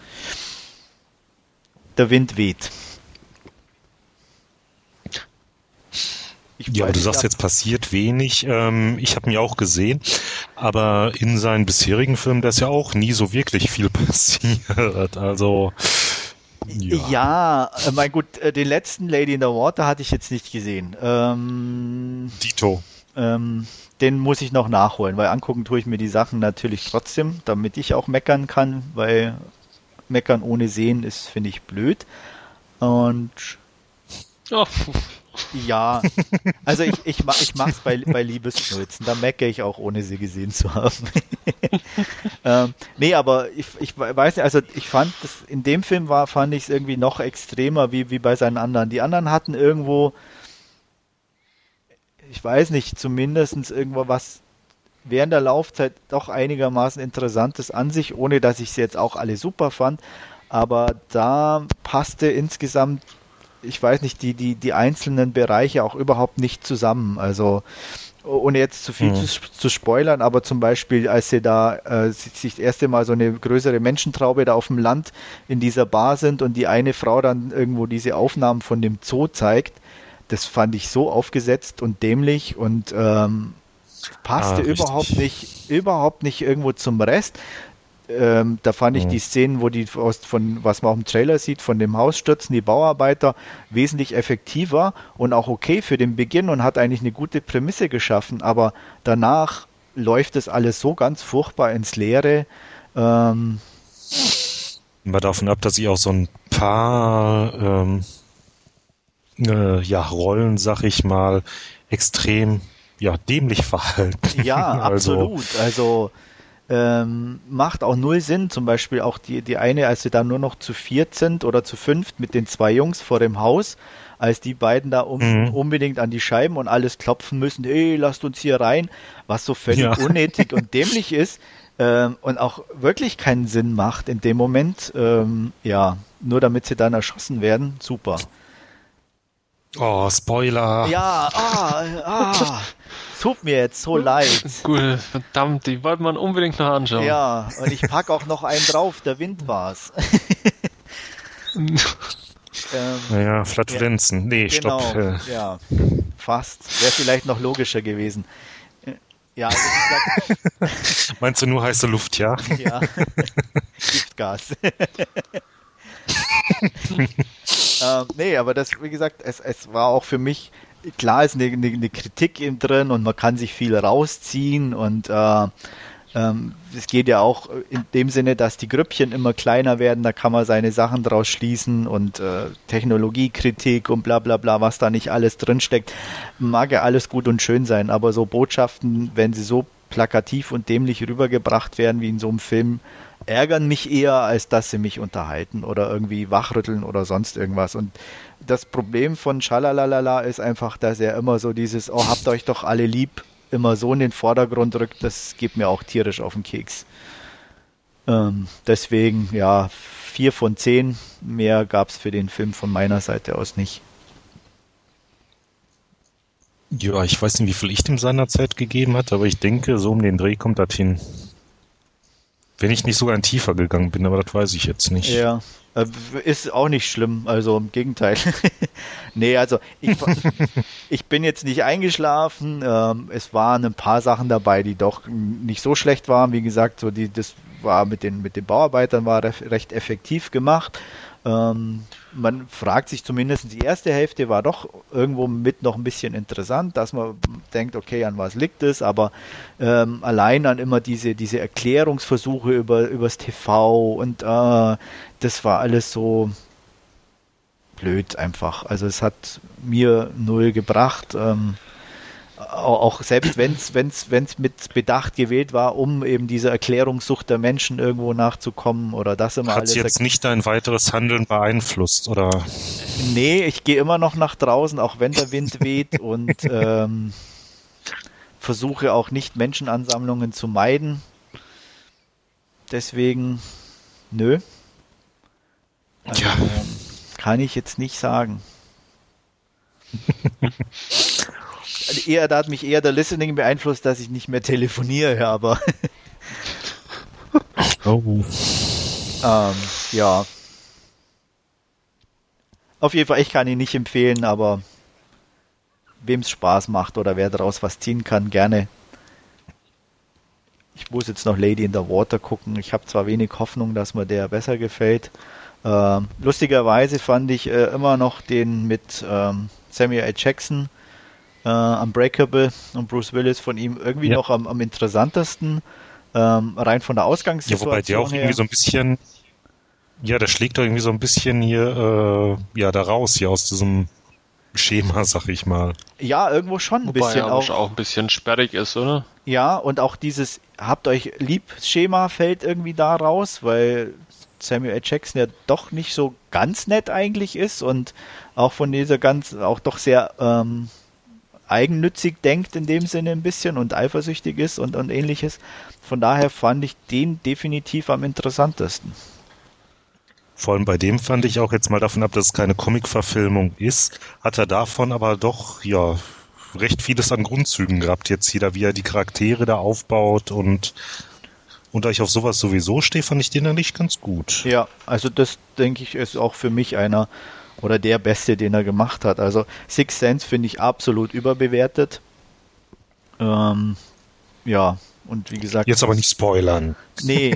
der Wind weht. Ich ja, aber du sagst jetzt passiert wenig. Ähm, ich habe ihn ja auch gesehen, aber in seinen bisherigen Filmen, da ist ja auch nie so wirklich viel passiert, also... Ja, ja äh, mein gut, äh, den letzten Lady in the Water hatte ich jetzt nicht gesehen. Ähm, Dito. Ähm, den muss ich noch nachholen, weil angucken tue ich mir die Sachen natürlich trotzdem, damit ich auch meckern kann, weil meckern ohne sehen ist, finde ich, blöd. Und oh, Ja, also ich, ich, mach, ich mach's bei, bei Liebesknulzen, da meckere ich auch, ohne sie gesehen zu haben. ähm, nee, aber ich, ich weiß nicht, also ich fand, das, in dem Film war, fand ich es irgendwie noch extremer wie, wie bei seinen anderen. Die anderen hatten irgendwo, ich weiß nicht, zumindest irgendwo was während der Laufzeit doch einigermaßen Interessantes an sich, ohne dass ich sie jetzt auch alle super fand, aber da passte insgesamt, ich weiß nicht, die, die, die einzelnen Bereiche auch überhaupt nicht zusammen. Also, ohne jetzt zu viel mhm. zu, zu spoilern, aber zum Beispiel, als sie da äh, sich das erste Mal so eine größere Menschentraube da auf dem Land in dieser Bar sind und die eine Frau dann irgendwo diese Aufnahmen von dem Zoo zeigt, das fand ich so aufgesetzt und dämlich und ähm, passte ah, überhaupt nicht, überhaupt nicht irgendwo zum Rest. Ähm, da fand ich mhm. die Szenen, wo die aus, von was man auch im Trailer sieht, von dem Haus stürzen, die Bauarbeiter, wesentlich effektiver und auch okay für den Beginn und hat eigentlich eine gute Prämisse geschaffen, aber danach läuft es alles so ganz furchtbar ins Leere. Ähm, Mal davon ab, dass ich auch so ein paar ähm, äh, ja, Rollen, sag ich mal, extrem ja, dämlich verhalten. Ja, also, absolut. Also Ähm, macht auch null Sinn, zum Beispiel auch die, die eine, als sie da nur noch zu viert sind oder zu fünft mit den zwei Jungs vor dem Haus, als die beiden da um, mhm. unbedingt an die Scheiben und alles klopfen müssen, hey, lasst uns hier rein, was so völlig ja. unnötig und dämlich ist ähm, und auch wirklich keinen Sinn macht in dem Moment, ähm, ja, nur damit sie dann erschossen werden, super. Oh, Spoiler. Ja, ah, ah. Tut mir jetzt so leid. Gut, verdammt, die wollte man unbedingt noch anschauen. Ja, und ich pack auch noch einen drauf, der Wind war's. ähm, naja, Flatulenzen. Ja, nee, genau, stopp. Äh. Ja, fast. Wäre vielleicht noch logischer gewesen. Ja, also ich sag, meinst du nur heiße Luft, ja? Ja, Giftgas. ähm, nee, aber das, wie gesagt, es, es war auch für mich, klar ist eine, eine, eine Kritik eben drin und man kann sich viel rausziehen und äh, ähm, es geht ja auch in dem Sinne, dass die Grüppchen immer kleiner werden, da kann man seine Sachen draus schließen und äh, Technologiekritik und bla bla bla, was da nicht alles drinsteckt, mag ja alles gut und schön sein, aber so Botschaften, wenn sie so plakativ und dämlich rübergebracht werden wie in so einem Film, ärgern mich eher, als dass sie mich unterhalten oder irgendwie wachrütteln oder sonst irgendwas. Und das Problem von Schalalalala ist einfach, dass er immer so dieses, oh, habt euch doch alle lieb, immer so in den Vordergrund rückt, das geht mir auch tierisch auf den Keks. Ähm, deswegen, ja, vier von zehn, mehr gab es für den Film von meiner Seite aus nicht. Ja, ich weiß nicht, wie viel ich dem seinerzeit gegeben hatte, aber ich denke, so um den Dreh kommt das hin. Wenn ich nicht sogar ein tiefer gegangen bin, aber das weiß ich jetzt nicht. Ja, ist auch nicht schlimm, also im Gegenteil. Nee, also ich, ich bin jetzt nicht eingeschlafen, ähm, es waren ein paar Sachen dabei, die doch nicht so schlecht waren. Wie gesagt, so die, das war mit den, mit den Bauarbeitern war recht effektiv gemacht. Ähm, man fragt sich zumindest, die erste Hälfte war doch irgendwo mit noch ein bisschen interessant, dass man denkt, okay, an was liegt es, aber ähm, allein an immer diese, diese Erklärungsversuche über übers T V und äh, das war alles so blöd einfach. Also es hat mir null gebracht. Ähm, auch selbst wenn es wenn's, wenn's mit Bedacht gewählt war, um eben dieser Erklärungssucht der Menschen irgendwo nachzukommen oder das immer Hat alles. Hat jetzt nicht dein weiteres Handeln beeinflusst, oder? Nee, ich gehe immer noch nach draußen, auch wenn der Wind weht und ähm, versuche auch nicht Menschenansammlungen zu meiden. Deswegen, nö. Also, ja. Kann ich jetzt nicht sagen. Eher, da hat mich eher der Listening beeinflusst, dass ich nicht mehr telefoniere, aber oh. ähm, ja. Auf jeden Fall, ich kann ihn nicht empfehlen, aber wem es Spaß macht oder wer daraus was ziehen kann, gerne. Ich muss jetzt noch Lady in the Water gucken. Ich habe zwar wenig Hoffnung, dass mir der besser gefällt. Ähm, lustigerweise fand ich äh, immer noch den mit ähm, Samuel L. Jackson, Uh, Unbreakable und Bruce Willis von ihm irgendwie ja. noch am, am interessantesten, ähm, rein von der Ausgangssituation. Ja, wobei der auch her. irgendwie so ein bisschen, ja, der schlägt doch irgendwie so ein bisschen hier, äh, ja, da raus, hier aus diesem Schema, sag ich mal. Ja, irgendwo schon ein Wobei bisschen er auch. auch ein bisschen sperrig ist, oder? Ja, und auch dieses habt euch lieb Schema fällt irgendwie da raus, weil Samuel L. Jackson ja doch nicht so ganz nett eigentlich ist und auch von dieser ganz, auch doch sehr ähm, eigennützig denkt in dem Sinne ein bisschen und eifersüchtig ist und, und ähnliches. Von daher fand ich den definitiv am interessantesten. Vor allem bei dem fand ich auch jetzt mal davon ab, dass es keine Comic-Verfilmung ist, hat er davon aber doch, ja, recht vieles an Grundzügen gehabt jetzt hier, wie er die Charaktere da aufbaut und und da ich auf sowas sowieso stehe, fand ich den eigentlich ganz gut. Ja, also das denke ich ist auch für mich einer oder der beste, den er gemacht hat. Also Sixth Sense finde ich absolut überbewertet. Ähm, ja, und wie gesagt... Jetzt aber nicht spoilern. Nee.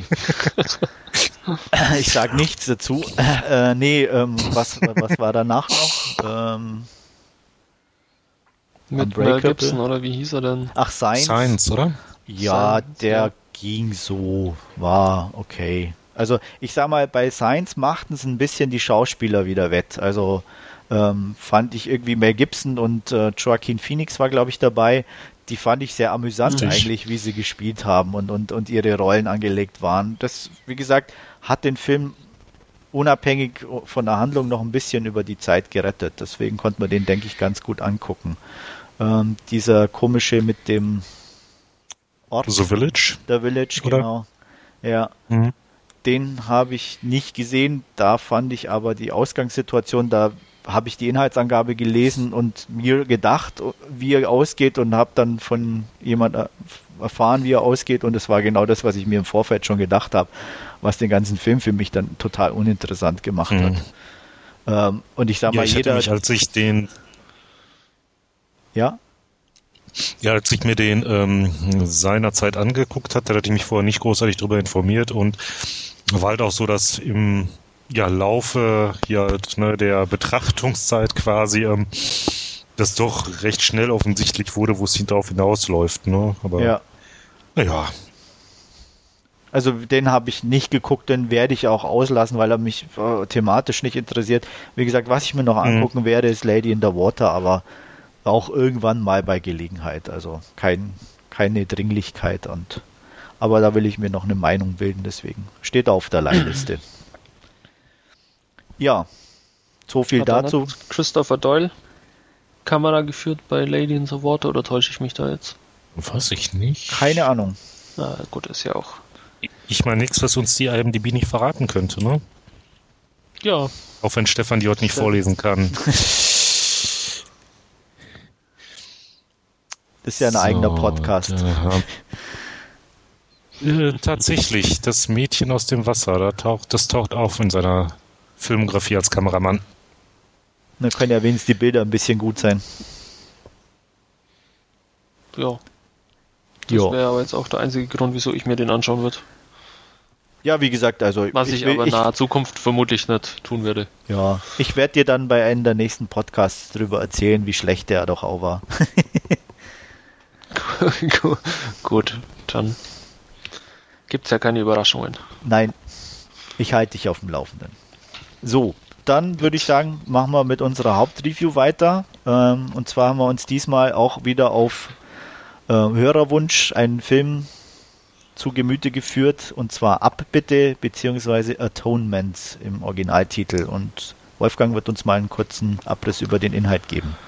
Ich sag nichts dazu. Äh, nee, ähm, was, was war danach noch? Ähm, Mit Mel Gibson, oder wie hieß er denn? Ach, Science. Science, oder? Ja, Science, der ja. ging so, war okay. Also ich sag mal, bei Science machten es ein bisschen die Schauspieler wieder wett. Also ähm, fand ich irgendwie Mel Gibson und äh, Joaquin Phoenix war, glaube ich, dabei. Die fand ich sehr amüsant Richtig. eigentlich, wie sie gespielt haben und, und, und ihre Rollen angelegt waren. Das, wie gesagt, hat den Film unabhängig von der Handlung noch ein bisschen über die Zeit gerettet. Deswegen konnte man den, denke ich, ganz gut angucken. Ähm, dieser komische mit dem Ort, The Village? The Village, Oder? genau. Ja, Mhm. den habe ich nicht gesehen. Da fand ich aber die Ausgangssituation, da habe ich die Inhaltsangabe gelesen und mir gedacht, wie er ausgeht und habe dann von jemand erfahren, wie er ausgeht und es war genau das, was ich mir im Vorfeld schon gedacht habe, was den ganzen Film für mich dann total uninteressant gemacht Mhm. hat. Ähm, und ich sag Ja, mal, ich hatte jeder... mich, als ich den Ja? Ja, als ich mir den ähm, seinerzeit angeguckt hatte, da hatte ich mich vorher nicht großartig darüber informiert und war halt auch so, dass im ja, Laufe ja, ne, der Betrachtungszeit quasi ähm, das doch recht schnell offensichtlich wurde, wo es darauf hinausläuft. Ne? Aber Ja. naja, Also den habe ich nicht geguckt, den werde ich auch auslassen, weil er mich äh, thematisch nicht interessiert. Wie gesagt, was ich mir noch angucken werde, ist Lady in the Water, aber auch irgendwann mal bei Gelegenheit. Also kein, keine Dringlichkeit. Und aber da will ich mir noch eine Meinung bilden, deswegen steht er auf der Leihliste. Ja, so viel Hat da dazu. nicht Christopher Doyle Kamera geführt bei Lady in the Water, oder täusche ich mich da jetzt? weiß ich nicht. Keine Ahnung. Na gut, ist ja auch. Ich meine nichts, was uns die I M D B nicht verraten könnte, ne? Ja, Auch wenn Stefan die heute nicht Ja. vorlesen kann. Das ist ja ein eigener Podcast. da- Äh, tatsächlich, das Mädchen aus dem Wasser, da taucht, das taucht auf in seiner Filmografie als Kameramann. Da können ja wenigstens die Bilder ein bisschen gut sein. ja. Das Ja. wäre aber jetzt auch der einzige Grund, wieso ich mir den anschauen würde. Ja, wie gesagt, also Was ich, will- aber in naher Zukunft vermutlich nicht tun werde. Ja, ich werde dir dann bei einem der nächsten Podcasts drüber erzählen, wie schlecht der doch auch war. Gut, dann gibt's ja keine Überraschungen. Nein, ich halte dich auf dem Laufenden. So, dann würde ich sagen, machen wir mit unserer Hauptreview weiter. Ähm, und zwar haben wir uns diesmal auch wieder auf äh, Hörerwunsch einen Film zu Gemüte geführt, und zwar Abbitte bzw. Atonement im Originaltitel. Und Wolfgang wird uns mal einen kurzen Abriss über den Inhalt geben.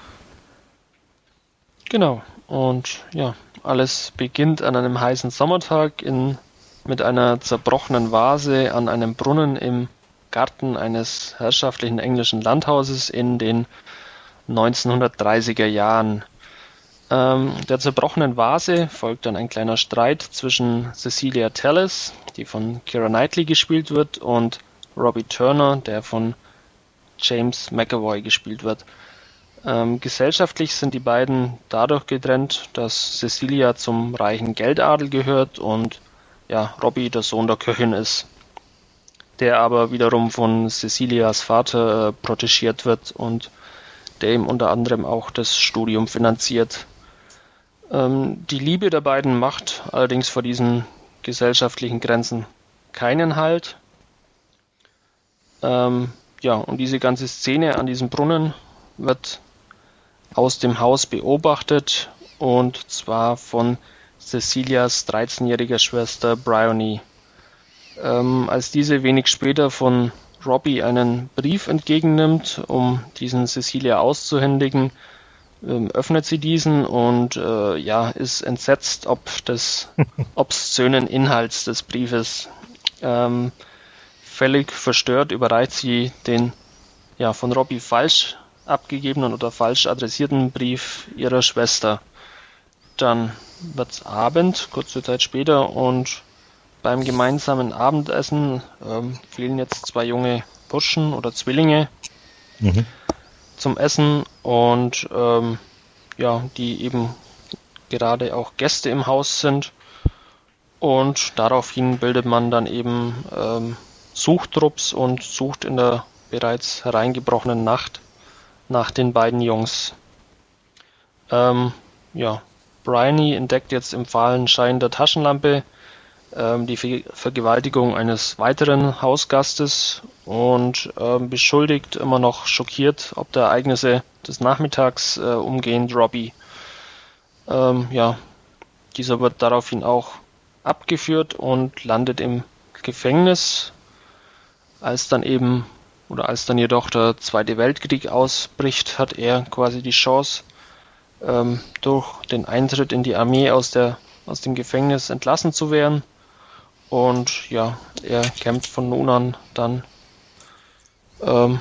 Genau. Und ja, alles beginnt an einem heißen Sommertag in, mit einer zerbrochenen Vase an einem Brunnen im Garten eines herrschaftlichen englischen Landhauses in den neunzehnhundertdreißiger Jahren. Ähm, der zerbrochenen Vase folgt dann ein kleiner Streit zwischen Cecilia Tallis, die von Keira Knightley gespielt wird, und Robbie Turner, der von James McAvoy gespielt wird. Ähm, gesellschaftlich sind die beiden dadurch getrennt, dass Cecilia zum reichen Geldadel gehört und ja, Robbie der Sohn der Köchin ist, der aber wiederum von Cecilias Vater äh, protegiert wird und der ihm unter anderem auch das Studium finanziert. Ähm, die Liebe der beiden macht allerdings vor diesen gesellschaftlichen Grenzen keinen Halt. Ähm, ja, und diese ganze Szene an diesem Brunnen wird aus dem Haus beobachtet, und zwar von Cecilias dreizehnjähriger Schwester Bryony. Ähm, als diese wenig später von Robbie einen Brief entgegennimmt, um diesen Cecilia auszuhändigen, ähm, öffnet sie diesen und äh, ja, ist entsetzt ob des obszönen Inhalts des Briefes. Ähm, völlig verstört überreicht sie den ja von Robbie falsch abgegebenen oder falsch adressierten Brief ihrer Schwester. Dann wird's Abend, kurze Zeit später, und beim gemeinsamen Abendessen ähm, fehlen jetzt zwei junge Burschen oder Zwillinge mhm. zum Essen, und ähm, ja, die eben gerade auch Gäste im Haus sind, und daraufhin bildet man dann eben ähm, Suchtrupps und sucht in der bereits hereingebrochenen Nacht nach den beiden Jungs. Ähm, ja, Bryony entdeckt jetzt im fahlen Schein der Taschenlampe ähm, die Ver- Vergewaltigung eines weiteren Hausgastes und ähm, beschuldigt, immer noch schockiert, ob der Ereignisse des Nachmittags äh, umgehend Robbie. Ähm, ja, dieser wird daraufhin auch abgeführt und landet im Gefängnis. Als dann eben, oder als dann jedoch der Zweite Weltkrieg ausbricht, hat er quasi die Chance, ähm, durch den Eintritt in die Armee aus der aus dem Gefängnis entlassen zu werden. Und ja, er kämpft von nun an dann ähm,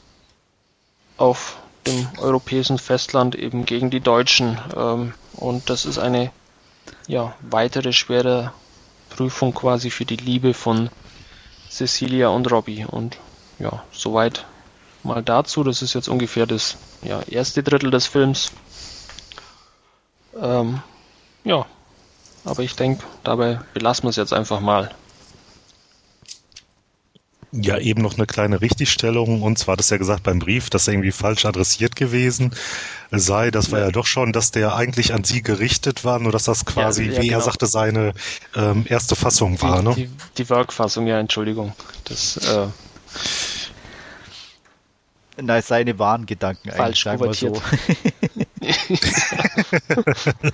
auf dem europäischen Festland eben gegen die Deutschen. Ähm, und das ist eine ja, weitere schwere Prüfung quasi für die Liebe von Cecilia und Robbie. Und ja, soweit mal dazu. Das ist jetzt ungefähr das ja, erste Drittel des Films. Ähm, ja, aber ich denke, dabei belassen wir es jetzt einfach mal. Ja, eben noch eine kleine Richtigstellung, und zwar hat es ja gesagt beim Brief, dass er irgendwie falsch adressiert gewesen sei. Das war ja, ja doch schon, dass der eigentlich an sie gerichtet war, nur dass das quasi, ja, ja, wie genau. er sagte, seine ähm, erste Fassung die, war. Ne? Die, die Workfassung, ja, Entschuldigung. Das, äh, Na, seine wahren Gedanken falsch eigentlich, sagen wir so.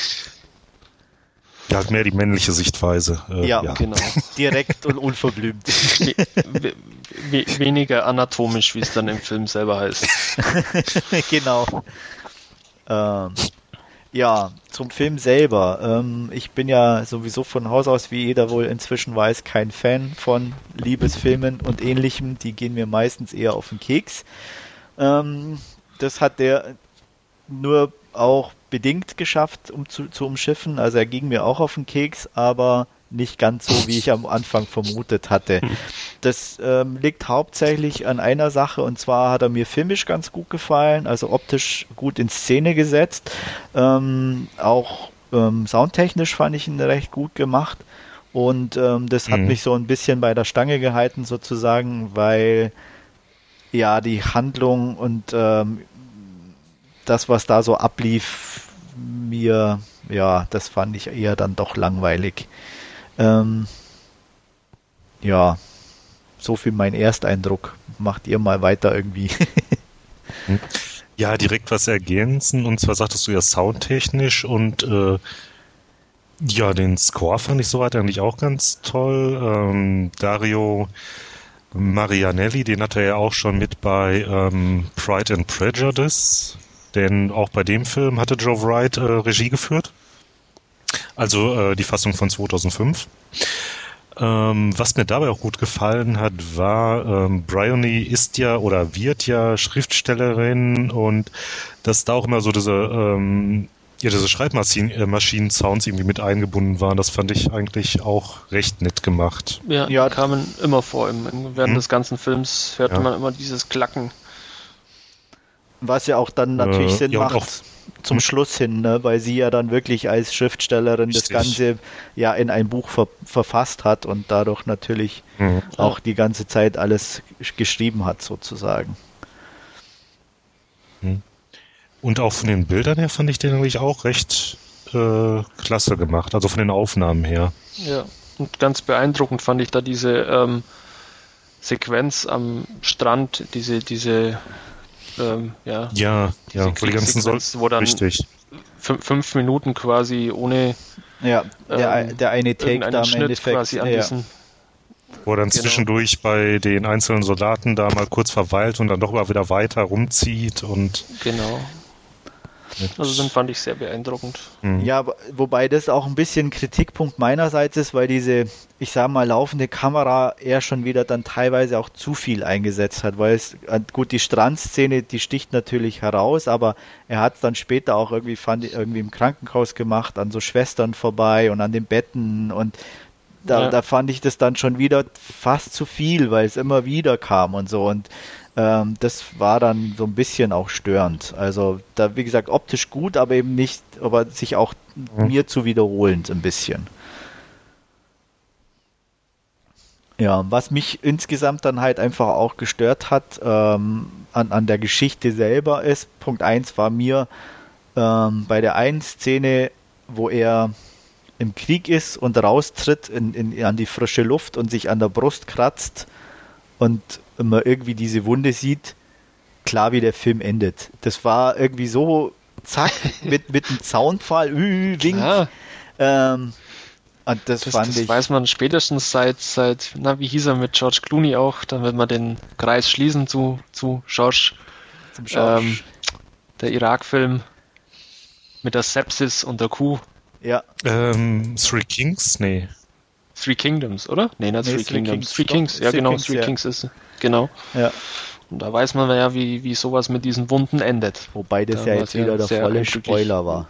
Ja, mehr die männliche Sichtweise. Äh, ja, ja, genau. Direkt und unverblümt. We- we- weniger anatomisch, wie es dann im Film selber heißt. Genau. Ähm, ja, zum Film selber. Ähm, ich bin ja sowieso von Haus aus, wie jeder wohl inzwischen weiß, kein Fan von Liebesfilmen und Ähnlichem. Die gehen mir meistens eher auf den Keks. Ähm, das hat der nur auch bedingt geschafft, um zu, zu umschiffen. Also er ging mir auch auf den Keks, aber nicht ganz so, wie ich am Anfang vermutet hatte. Das ähm, liegt hauptsächlich an einer Sache, und zwar hat er mir filmisch ganz gut gefallen, also optisch gut in Szene gesetzt. Ähm, auch ähm, soundtechnisch fand ich ihn recht gut gemacht, und ähm, das hat mhm. mich so ein bisschen bei der Stange gehalten sozusagen, weil ja die Handlung und ähm, das, was da so ablief, mir, ja, das fand ich eher dann doch langweilig. Ähm, ja, so viel mein Ersteindruck. Macht ihr mal weiter irgendwie. Ja, direkt was ergänzen, und zwar sagtest du ja soundtechnisch, und äh, ja, den Score fand ich soweit eigentlich auch ganz toll. Ähm, Dario Marianelli, den hatte er ja auch schon mit bei ähm, Pride and Prejudice. Denn auch bei dem Film hatte Joe Wright äh, Regie geführt. Also äh, die Fassung von zweitausendfünf. Ähm, was mir dabei auch gut gefallen hat, war, ähm, Bryony ist ja oder wird ja Schriftstellerin, und dass da auch immer so diese, ähm, ja, diese Schreibmaschinen-Sounds irgendwie mit eingebunden waren, das fand ich eigentlich auch recht nett gemacht. Ja, ja, kamen immer vor. Im, während hm. des ganzen Films hörte ja. man immer dieses Klacken. Was ja auch dann natürlich äh, Sinn ja, macht auch, zum Schluss hin, ne? Weil sie ja dann wirklich als Schriftstellerin richtig. Das Ganze ja in ein Buch ver- verfasst hat und dadurch natürlich mhm. auch die ganze Zeit alles geschrieben hat sozusagen. Und auch von den Bildern her fand ich den eigentlich auch recht äh, klasse gemacht, also von den Aufnahmen her. Ja, und ganz beeindruckend fand ich da diese ähm, Sequenz am Strand, diese, diese ähm, ja, Ja, ja, wo die ganzen Sol- wo dann richtig. Fünf, fünf Minuten quasi ohne Ja, der, ähm, der eine Take da im Schnitt Endeffekt. quasi an Ja. diesen, Wo er dann Genau. zwischendurch bei den einzelnen Soldaten da mal kurz verweilt und dann doch mal wieder weiter rumzieht und genau. Also den fand ich sehr beeindruckend. hm. Ja, wo- wobei das auch ein bisschen Kritikpunkt meinerseits ist, weil diese, ich sag mal, laufende Kamera eher schon wieder dann teilweise auch zu viel eingesetzt hat, weil es, äh, gut, die Strandszene, die sticht natürlich heraus, aber er hat es dann später auch irgendwie, fand ich, irgendwie im Krankenhaus gemacht, an so Schwestern vorbei und an den Betten und da, Ja. da fand ich das dann schon wieder fast zu viel, weil es immer wieder kam und so und ähm, das war dann so ein bisschen auch störend. Also da, wie gesagt, optisch gut, aber eben nicht, aber sich auch Mhm. mir zu wiederholend ein bisschen. Ja, was mich insgesamt dann halt einfach auch gestört hat ähm, an, an der Geschichte selber ist, Punkt eins war mir ähm, bei der einen Szene, wo er im Krieg ist und raustritt in, in, an die frische Luft und sich an der Brust kratzt und man irgendwie diese Wunde sieht, klar wie der Film endet. Das war irgendwie so, zack, mit, mit einem Zaunpfahl, ü, wink. Ja, Ähm, und das, das, fand das ich, weiß man spätestens seit, seit, na, wie hieß er mit George Clooney auch, dann wird man den Kreis schließen zu, zu George, zum Schau. ähm, der Irak-Film mit der Sepsis und der Kuh. Ja, Ähm, Three Kings? Nee. Three Kingdoms, oder? Nee, nicht Nee, Three, Three Kingdoms. Kings, Three doch, Kings, ja Three genau, Kings, Three ja. Kings ist, genau. ja. Und da weiß man ja, wie, wie sowas mit diesen Wunden endet. Wobei das Da ja war jetzt es ja wieder der sehr volle unglücklich. Spoiler war.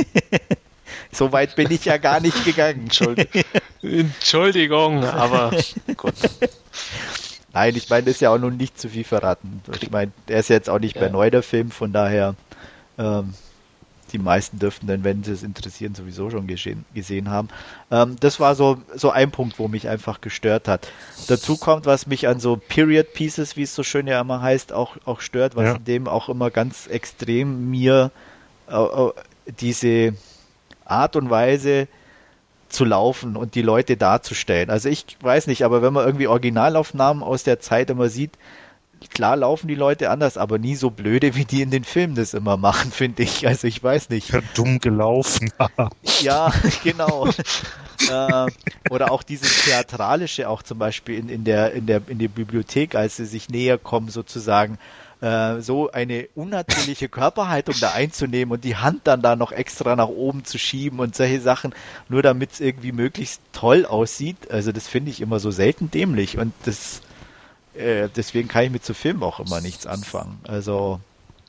So weit bin ich ja gar nicht gegangen. Entschuldigung, Entschuldigung, aber gut. Nein, ich meine, das ist ja auch nun nicht zu viel verraten. Ich meine, der ist jetzt auch nicht Ja. mehr neu, der Film, von daher ähm, die meisten dürften dann, wenn sie es interessieren, sowieso schon geschehen, gesehen haben. Ähm, das war so, so ein Punkt, wo mich einfach gestört hat. Dazu kommt, was mich an so Period Pieces, wie es so schön ja immer heißt, auch, auch stört, was Ja. in dem auch immer ganz extrem mir äh, äh, diese Art und Weise zu laufen und die Leute darzustellen. Also ich weiß nicht, aber wenn man irgendwie Originalaufnahmen aus der Zeit immer sieht, klar laufen die Leute anders, aber nie so blöde, wie die in den Filmen das immer machen, finde ich. Also ich weiß nicht. Ja, dumm gelaufen. Ja, genau. äh, oder auch dieses Theatralische, auch zum Beispiel in, in, der, in, der, in der Bibliothek, als sie sich näher kommen, sozusagen, äh, so eine unnatürliche Körperhaltung da einzunehmen und die Hand dann da noch extra nach oben zu schieben und solche Sachen, nur damit es irgendwie möglichst toll aussieht. Also das finde ich immer so selten dämlich und das äh, deswegen kann ich mit so Filmen auch immer nichts anfangen. Also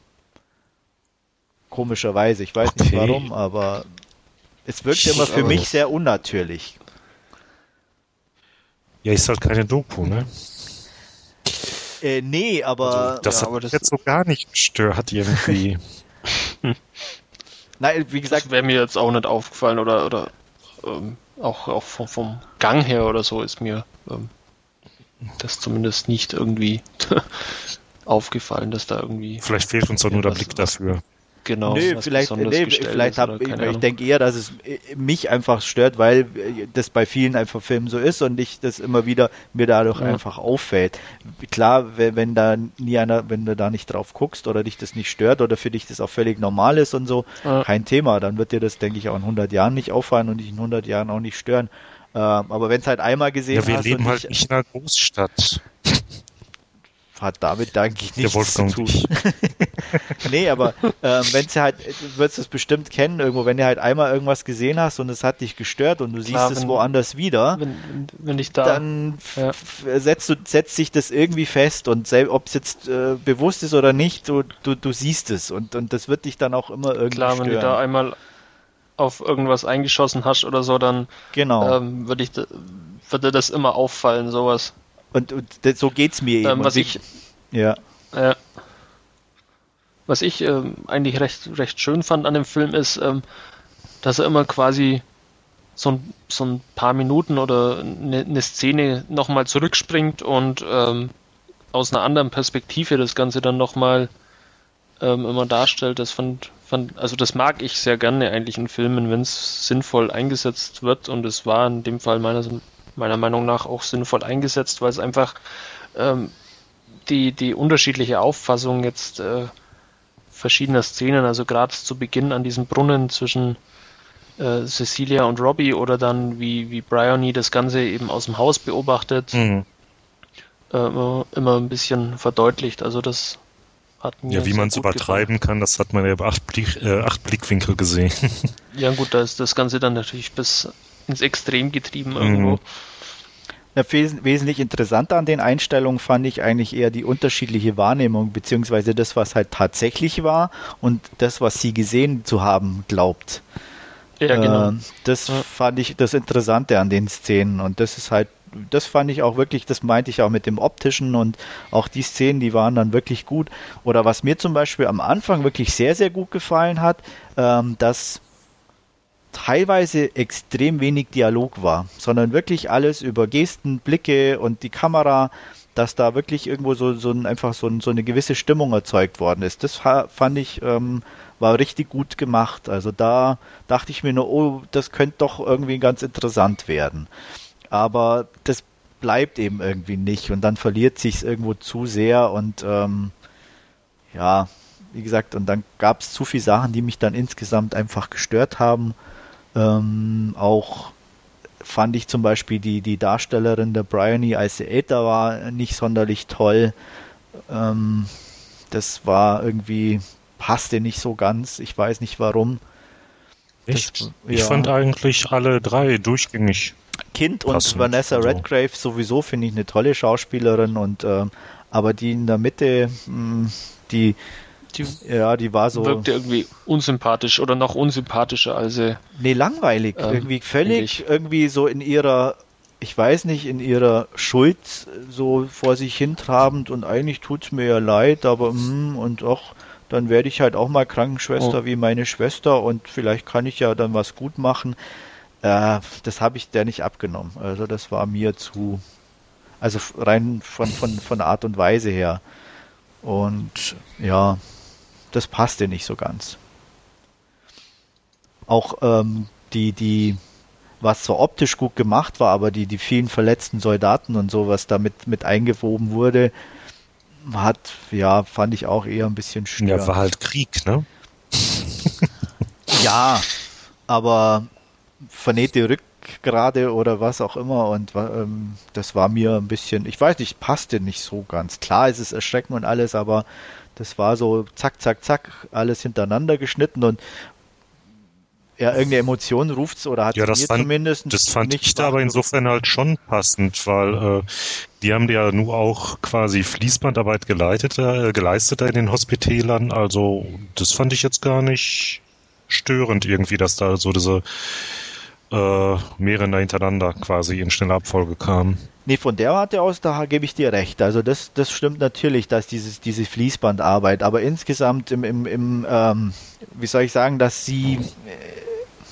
komischerweise, ich weiß nicht Okay. warum, aber es wirkt Ich immer muss für aber mich das- sehr unnatürlich. Ja, ist halt keine Doku, ne? Äh, nee, aber Also, das ja, hat aber mich das- jetzt so gar nicht gestört irgendwie. nein, wie gesagt, Das wäre mir jetzt auch nicht aufgefallen oder, oder ähm, auch, auch vom, vom Gang her oder so ist mir ähm, das zumindest nicht irgendwie aufgefallen, dass da irgendwie Vielleicht fehlt uns doch nur der was- Blick dafür. genau nö, was vielleicht, Besonderes nee, gestellt vielleicht ist hab, oder ich, keine ich Ahnung. denke eher, dass es äh, mich einfach stört, weil äh, das bei vielen einfach Filmen so ist und ich das immer wieder mir dadurch Ja. einfach auffällt. Klar, wenn, wenn da nie einer, wenn du da nicht drauf guckst oder dich das nicht stört oder für dich das auch völlig normal ist und so, Ja. kein Thema, dann wird dir das, denke ich, auch in hundert Jahren nicht auffallen und dich in hundert Jahren auch nicht stören. Ähm, aber wenn es halt einmal gesehen Ja, wir hast leben und halt nicht in einer Großstadt. hat damit eigentlich Der nichts zu Wolfgang tun. nicht. Nee, aber ähm, wenn es halt, du wirst es bestimmt kennen irgendwo, wenn du halt einmal irgendwas gesehen hast und es hat dich gestört und du Klar, siehst es wenn- woanders wieder, Wenn, wenn, wenn ich da dann ja. f- f- setzt, du, setzt sich das irgendwie fest und ob es jetzt äh, bewusst ist oder nicht, du, du, du siehst es und, und das wird dich dann auch immer irgendwie klar, wenn du da stören. einmal auf irgendwas eingeschossen hast oder so, dann Genau. ähm, würde ich da, würde das immer auffallen, sowas. und und das, so geht's mir eben. Ähm, was Und ich ja, Ja. Was ich ähm, eigentlich recht, recht schön fand an dem Film ist, ähm, dass er immer quasi so ein, so ein paar Minuten oder eine, eine Szene nochmal zurückspringt und ähm, aus einer anderen Perspektive das Ganze dann nochmal ähm, immer darstellt. Das fand, fand, also das mag ich sehr gerne eigentlich in Filmen, wenn es sinnvoll eingesetzt wird, und es war in dem Fall meiner, meiner Meinung nach auch sinnvoll eingesetzt, weil es einfach ähm, die, die unterschiedliche Auffassung jetzt äh, verschiedener Szenen, also gerade zu Beginn an diesem Brunnen zwischen äh, Cecilia und Robbie oder dann wie, wie Bryony das Ganze eben aus dem Haus beobachtet, mhm. äh, immer, immer ein bisschen verdeutlicht. Also das hat mir Ja, wie man es übertreiben gefallen. kann, das hat man ja über acht, Blick, äh, acht Blickwinkel gesehen. Ja gut, da ist das Ganze dann natürlich bis ins Extrem getrieben irgendwo. Mhm. Ja, wes- wesentlich interessanter an den Einstellungen fand ich eigentlich eher die unterschiedliche Wahrnehmung, beziehungsweise das, was halt tatsächlich war und das, was sie gesehen zu haben glaubt. Ja, genau. Äh, das ja. fand ich das Interessante an den Szenen und das ist halt, das fand ich auch wirklich, das meinte ich auch mit dem Optischen und auch die Szenen, die waren dann wirklich gut. Oder was mir zum Beispiel am Anfang wirklich sehr, sehr gut gefallen hat, ähm, dass teilweise extrem wenig Dialog war, sondern wirklich alles über Gesten, Blicke und die Kamera, dass da wirklich irgendwo so, so ein, einfach so, ein, so eine gewisse Stimmung erzeugt worden ist. Das fand ich, ähm, war richtig gut gemacht. Also da dachte ich mir nur, oh, das könnte doch irgendwie ganz interessant werden. Aber das bleibt eben irgendwie nicht und dann verliert sich es irgendwo zu sehr und ähm, ja, wie gesagt, und dann gab es zu viele Sachen, die mich dann insgesamt einfach gestört haben. Ähm, auch fand ich zum Beispiel die, die Darstellerin der Bryony als Aether war nicht sonderlich toll. Ähm, das war irgendwie, passte nicht so ganz. Ich weiß nicht warum. Echt? Das, ich ja. fand eigentlich alle drei durchgängig. Kind und passend. Vanessa Redgrave sowieso finde ich eine tolle Schauspielerin und ähm, aber die in der Mitte, mh, die Die ja, die war so. Wirkte irgendwie unsympathisch oder noch unsympathischer als sie. Nee, langweilig. Ähm, irgendwie völlig, eigentlich. irgendwie so in ihrer, ich weiß nicht, in ihrer Schuld so vor sich hintrabend und eigentlich tut's mir ja leid, aber mh, und auch, dann werde ich halt auch mal Krankenschwester oh. wie meine Schwester und vielleicht kann ich ja dann was gut machen. Äh, das habe ich der nicht abgenommen. Also das war mir zu, also rein von, von, von der Art und Weise her. Und ja, das passte nicht so ganz. Auch ähm, die, die, was so optisch gut gemacht war, aber die, die vielen verletzten Soldaten und so, was damit mit eingewoben wurde, hat, ja, fand ich auch eher ein bisschen störend. Ja, war halt Krieg, ne? Ja, aber vernähte Rückgrade oder was auch immer und ähm, das war mir ein bisschen, ich weiß nicht, passte nicht so ganz. Klar, es ist erschreckend und alles, aber das war so zack, zack, zack, alles hintereinander geschnitten und ja, irgendeine Emotion ruft's oder hat ja, es mir fand, zumindest das fand nicht ich da aber insofern halt schon passend, weil äh, die haben ja nur auch quasi Fließbandarbeit geleitet, äh, geleistet in den Hospitälern, also das fand ich jetzt gar nicht störend irgendwie, dass da so diese äh, mehrere hintereinander quasi in schneller Abfolge kamen. Nee, von der Warte aus, da gebe ich dir recht. Also das, das stimmt natürlich, dass dieses, diese Fließbandarbeit, aber insgesamt im, im, im ähm, wie soll ich sagen, dass sie äh,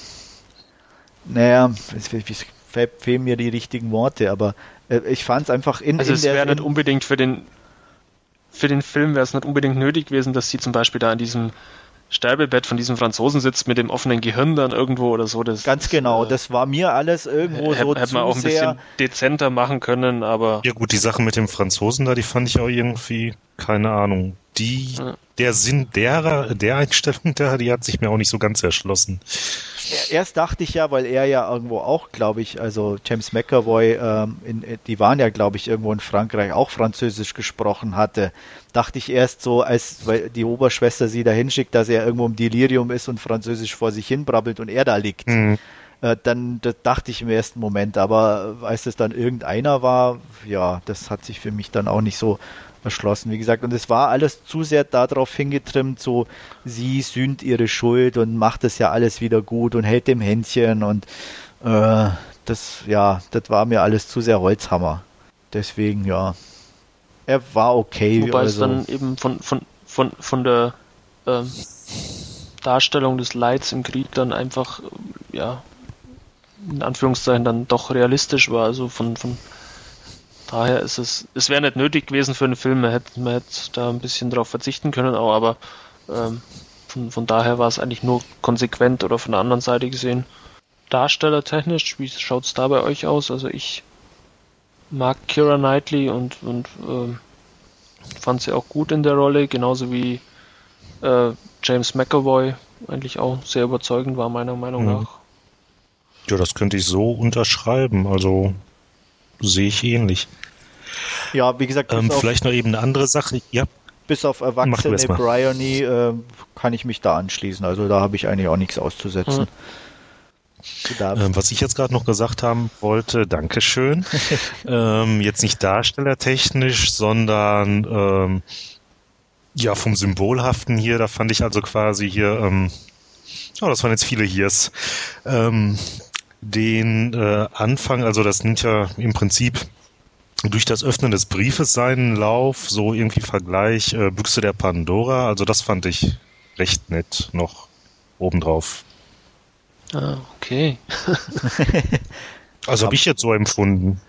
naja, es fehlen mir die richtigen Worte, aber äh, ich fand es einfach in, also in es der... wäre nicht unbedingt für den für den Film wäre es nicht unbedingt nötig gewesen, dass sie zum Beispiel da an diesem Sterbebett von diesem Franzosen sitzt mit dem offenen Gehirn dann irgendwo oder so. Das, Ganz genau, äh, das war mir alles irgendwo hätte, so hätte zu man auch ein sehr bisschen dezenter machen können, aber... Ja gut, die Sache mit dem Franzosen da, die fand ich auch irgendwie, keine Ahnung, die, ja. der Sinn der, der Einstellung da, die hat sich mir auch nicht so ganz erschlossen. Erst dachte ich ja, weil er ja irgendwo auch, glaube ich, also James McAvoy, ähm, in, die waren ja, glaube ich, irgendwo in Frankreich auch Französisch gesprochen hatte, dachte ich erst so, als weil die Oberschwester sie da hinschickt, dass er irgendwo im Delirium ist und Französisch vor sich hin brabbelt und er da liegt. Mhm. Äh, dann das dachte ich im ersten Moment, aber als es dann irgendeiner war, ja, das hat sich für mich dann auch nicht so erschlossen, wie gesagt, und es war alles zu sehr darauf hingetrimmt, so sie sühnt ihre Schuld und macht das ja alles wieder gut und hält dem Händchen und äh, das, ja, das war mir alles zu sehr Holzhammer. Deswegen, ja, er war okay. Wobei also. es dann eben von, von, von, von der ähm, Darstellung des Leids im Krieg dann einfach, ja, in Anführungszeichen dann doch realistisch war, also von, von daher ist es, es wäre nicht nötig gewesen für einen Film, man hätte, man hätte da ein bisschen drauf verzichten können, auch, aber ähm, von, von daher war es eigentlich nur konsequent oder von der anderen Seite gesehen. Darstellertechnisch, wie schaut es da bei euch aus? Also ich mag Keira Knightley und, und ähm, fand sie auch gut in der Rolle, genauso wie äh, James McAvoy eigentlich auch sehr überzeugend war, meiner Meinung Mhm. nach. Ja, das könnte ich so unterschreiben. Also sehe ich ähnlich. Ja, wie gesagt, bis, Ähm, auf, vielleicht noch eben eine andere Sache. Ja, bis auf Mach du erwachsene erst mal. Bryony äh, kann ich mich da anschließen. Also da habe ich eigentlich auch nichts auszusetzen. Mhm. Du darfst. ähm, was ich jetzt gerade noch gesagt haben wollte, Dankeschön. ähm, jetzt nicht darstellertechnisch, sondern ähm, ja vom Symbolhaften hier. Da fand ich also quasi hier, ähm, oh, das waren jetzt viele Hiers, ähm, den äh, Anfang, also das nimmt ja im Prinzip durch das Öffnen des Briefes seinen Lauf, so irgendwie Vergleich äh, Büchse der Pandora, also das fand ich recht nett noch obendrauf. Ah, okay. Also habe ich jetzt so empfunden.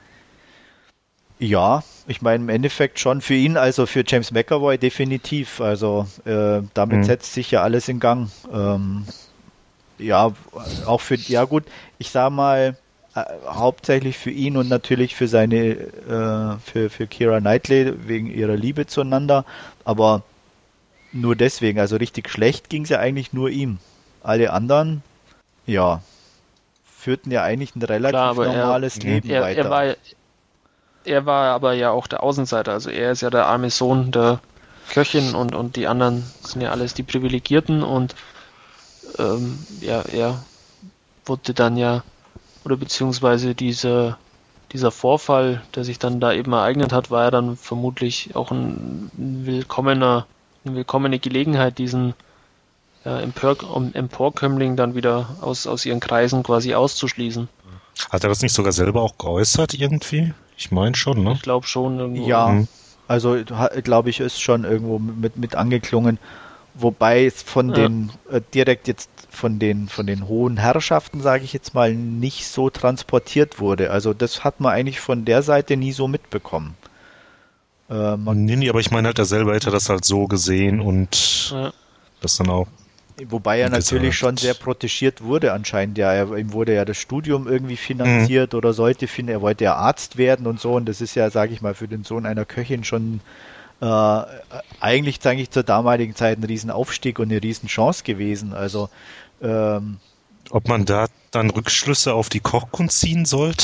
Ja, ich meine im Endeffekt schon für ihn, also für James McAvoy definitiv. Also äh, damit Mhm. setzt sich ja alles in Gang. Ähm, ja, auch für, ja gut, ich sag mal, äh, hauptsächlich für ihn und natürlich für seine, äh, für, für Keira Knightley wegen ihrer Liebe zueinander, aber nur deswegen, also richtig schlecht ging es ja eigentlich nur ihm. Alle anderen, ja, führten ja eigentlich ein relativ Klar, aber er- normales Leben Er, weiter. er, war, er war aber ja auch der Außenseiter, also er ist ja der arme Sohn der Köchin und, und die anderen sind ja alles die Privilegierten und ähm, ja, er wurde dann ja, oder beziehungsweise diese, dieser Vorfall, der sich dann da eben ereignet hat, war ja dann vermutlich auch ein, ein willkommener, eine willkommene Gelegenheit, diesen ja, Empor, um, Emporkömmling dann wieder aus, aus ihren Kreisen quasi auszuschließen. Hat er das nicht sogar selber auch geäußert irgendwie? Ich meine schon, ne? Ich glaube schon irgendwo. Ja, Mhm. also glaube ich, ist schon irgendwo mit, mit angeklungen, wobei es von Ja. den äh, direkt jetzt von den von den hohen Herrschaften, sage ich jetzt mal, nicht so transportiert wurde. Also das hat man eigentlich von der Seite nie so mitbekommen. Äh, man, Nee, nee, aber ich meine halt, er selber hätte das halt so gesehen und Ja. das dann auch. wobei er wie natürlich gesagt. schon sehr protegiert wurde anscheinend. Ja, er, ihm wurde ja das Studium irgendwie finanziert oder sollte fin er wollte ja Arzt werden und so. Und das ist ja, sage ich mal, für den Sohn einer Köchin schon äh, eigentlich, sage ich, zur damaligen Zeit ein Riesenaufstieg und eine Riesenchance gewesen. Also ähm, Ob man da dann Rückschlüsse auf die Kochkunst ziehen sollte?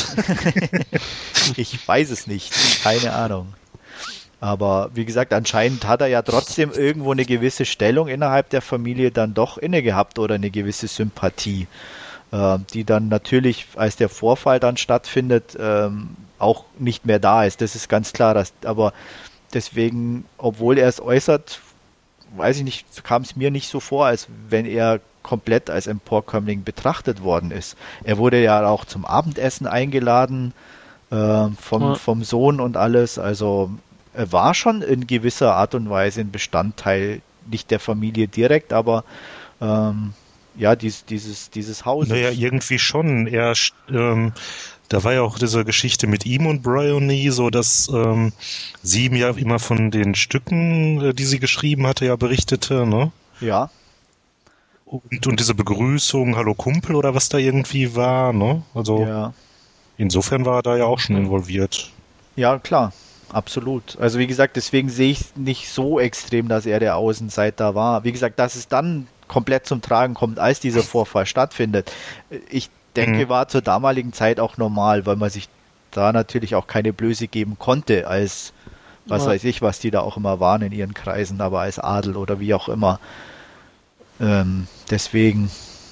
ich weiß es nicht, keine Ahnung. Aber wie gesagt, anscheinend hat er ja trotzdem irgendwo eine gewisse Stellung innerhalb der Familie dann doch inne gehabt oder eine gewisse Sympathie, äh, die dann natürlich, als der Vorfall dann stattfindet, ähm, auch nicht mehr da ist. Das ist ganz klar. Dass, aber deswegen, obwohl er es äußert, weiß ich nicht, kam es mir nicht so vor, als wenn er komplett als Emporkömmling betrachtet worden ist. Er wurde ja auch zum Abendessen eingeladen äh, vom, Ja. vom Sohn und alles. Also er war schon in gewisser Art und Weise ein Bestandteil, nicht der Familie direkt, aber ähm, ja, dies, dieses, dieses Haus. Naja, irgendwie schon. Er, ähm, da war ja auch diese Geschichte mit ihm und Bryony, so dass ähm, sie ihm ja immer von den Stücken, äh, die sie geschrieben hatte, ja berichtete, ne? Ja, Und, und diese Begrüßung, Hallo Kumpel oder was da irgendwie war, ne? Also ja. insofern war er da ja auch schon involviert. Ja, klar, absolut. Also wie gesagt, deswegen sehe ich es nicht so extrem, dass er der Außenseiter war. Wie gesagt, dass es dann komplett zum Tragen kommt, als dieser Vorfall stattfindet. Ich denke, Mhm. war zur damaligen Zeit auch normal, weil man sich da natürlich auch keine Blöße geben konnte als, was Ja. weiß ich, was die da auch immer waren in ihren Kreisen, aber als Adel oder wie auch immer. Ähm, deswegen.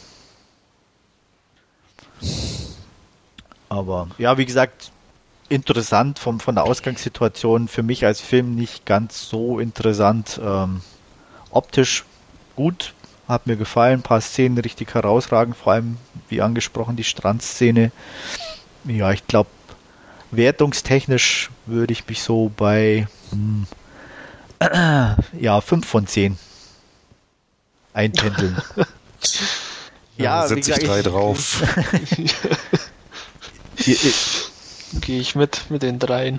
Aber ja, wie gesagt, interessant vom, von der Ausgangssituation. Für mich als Film nicht ganz so interessant. Ähm, optisch gut, hat mir gefallen. Ein paar Szenen richtig herausragend, vor allem, wie angesprochen, die Strandszene. Ja, ich glaube, wertungstechnisch würde ich mich so bei hm, ja, fünf von zehn einpendeln. Ja, wie setze ich gesagt, drei drauf. Ich, ich, Gehe ich mit, mit den dreien.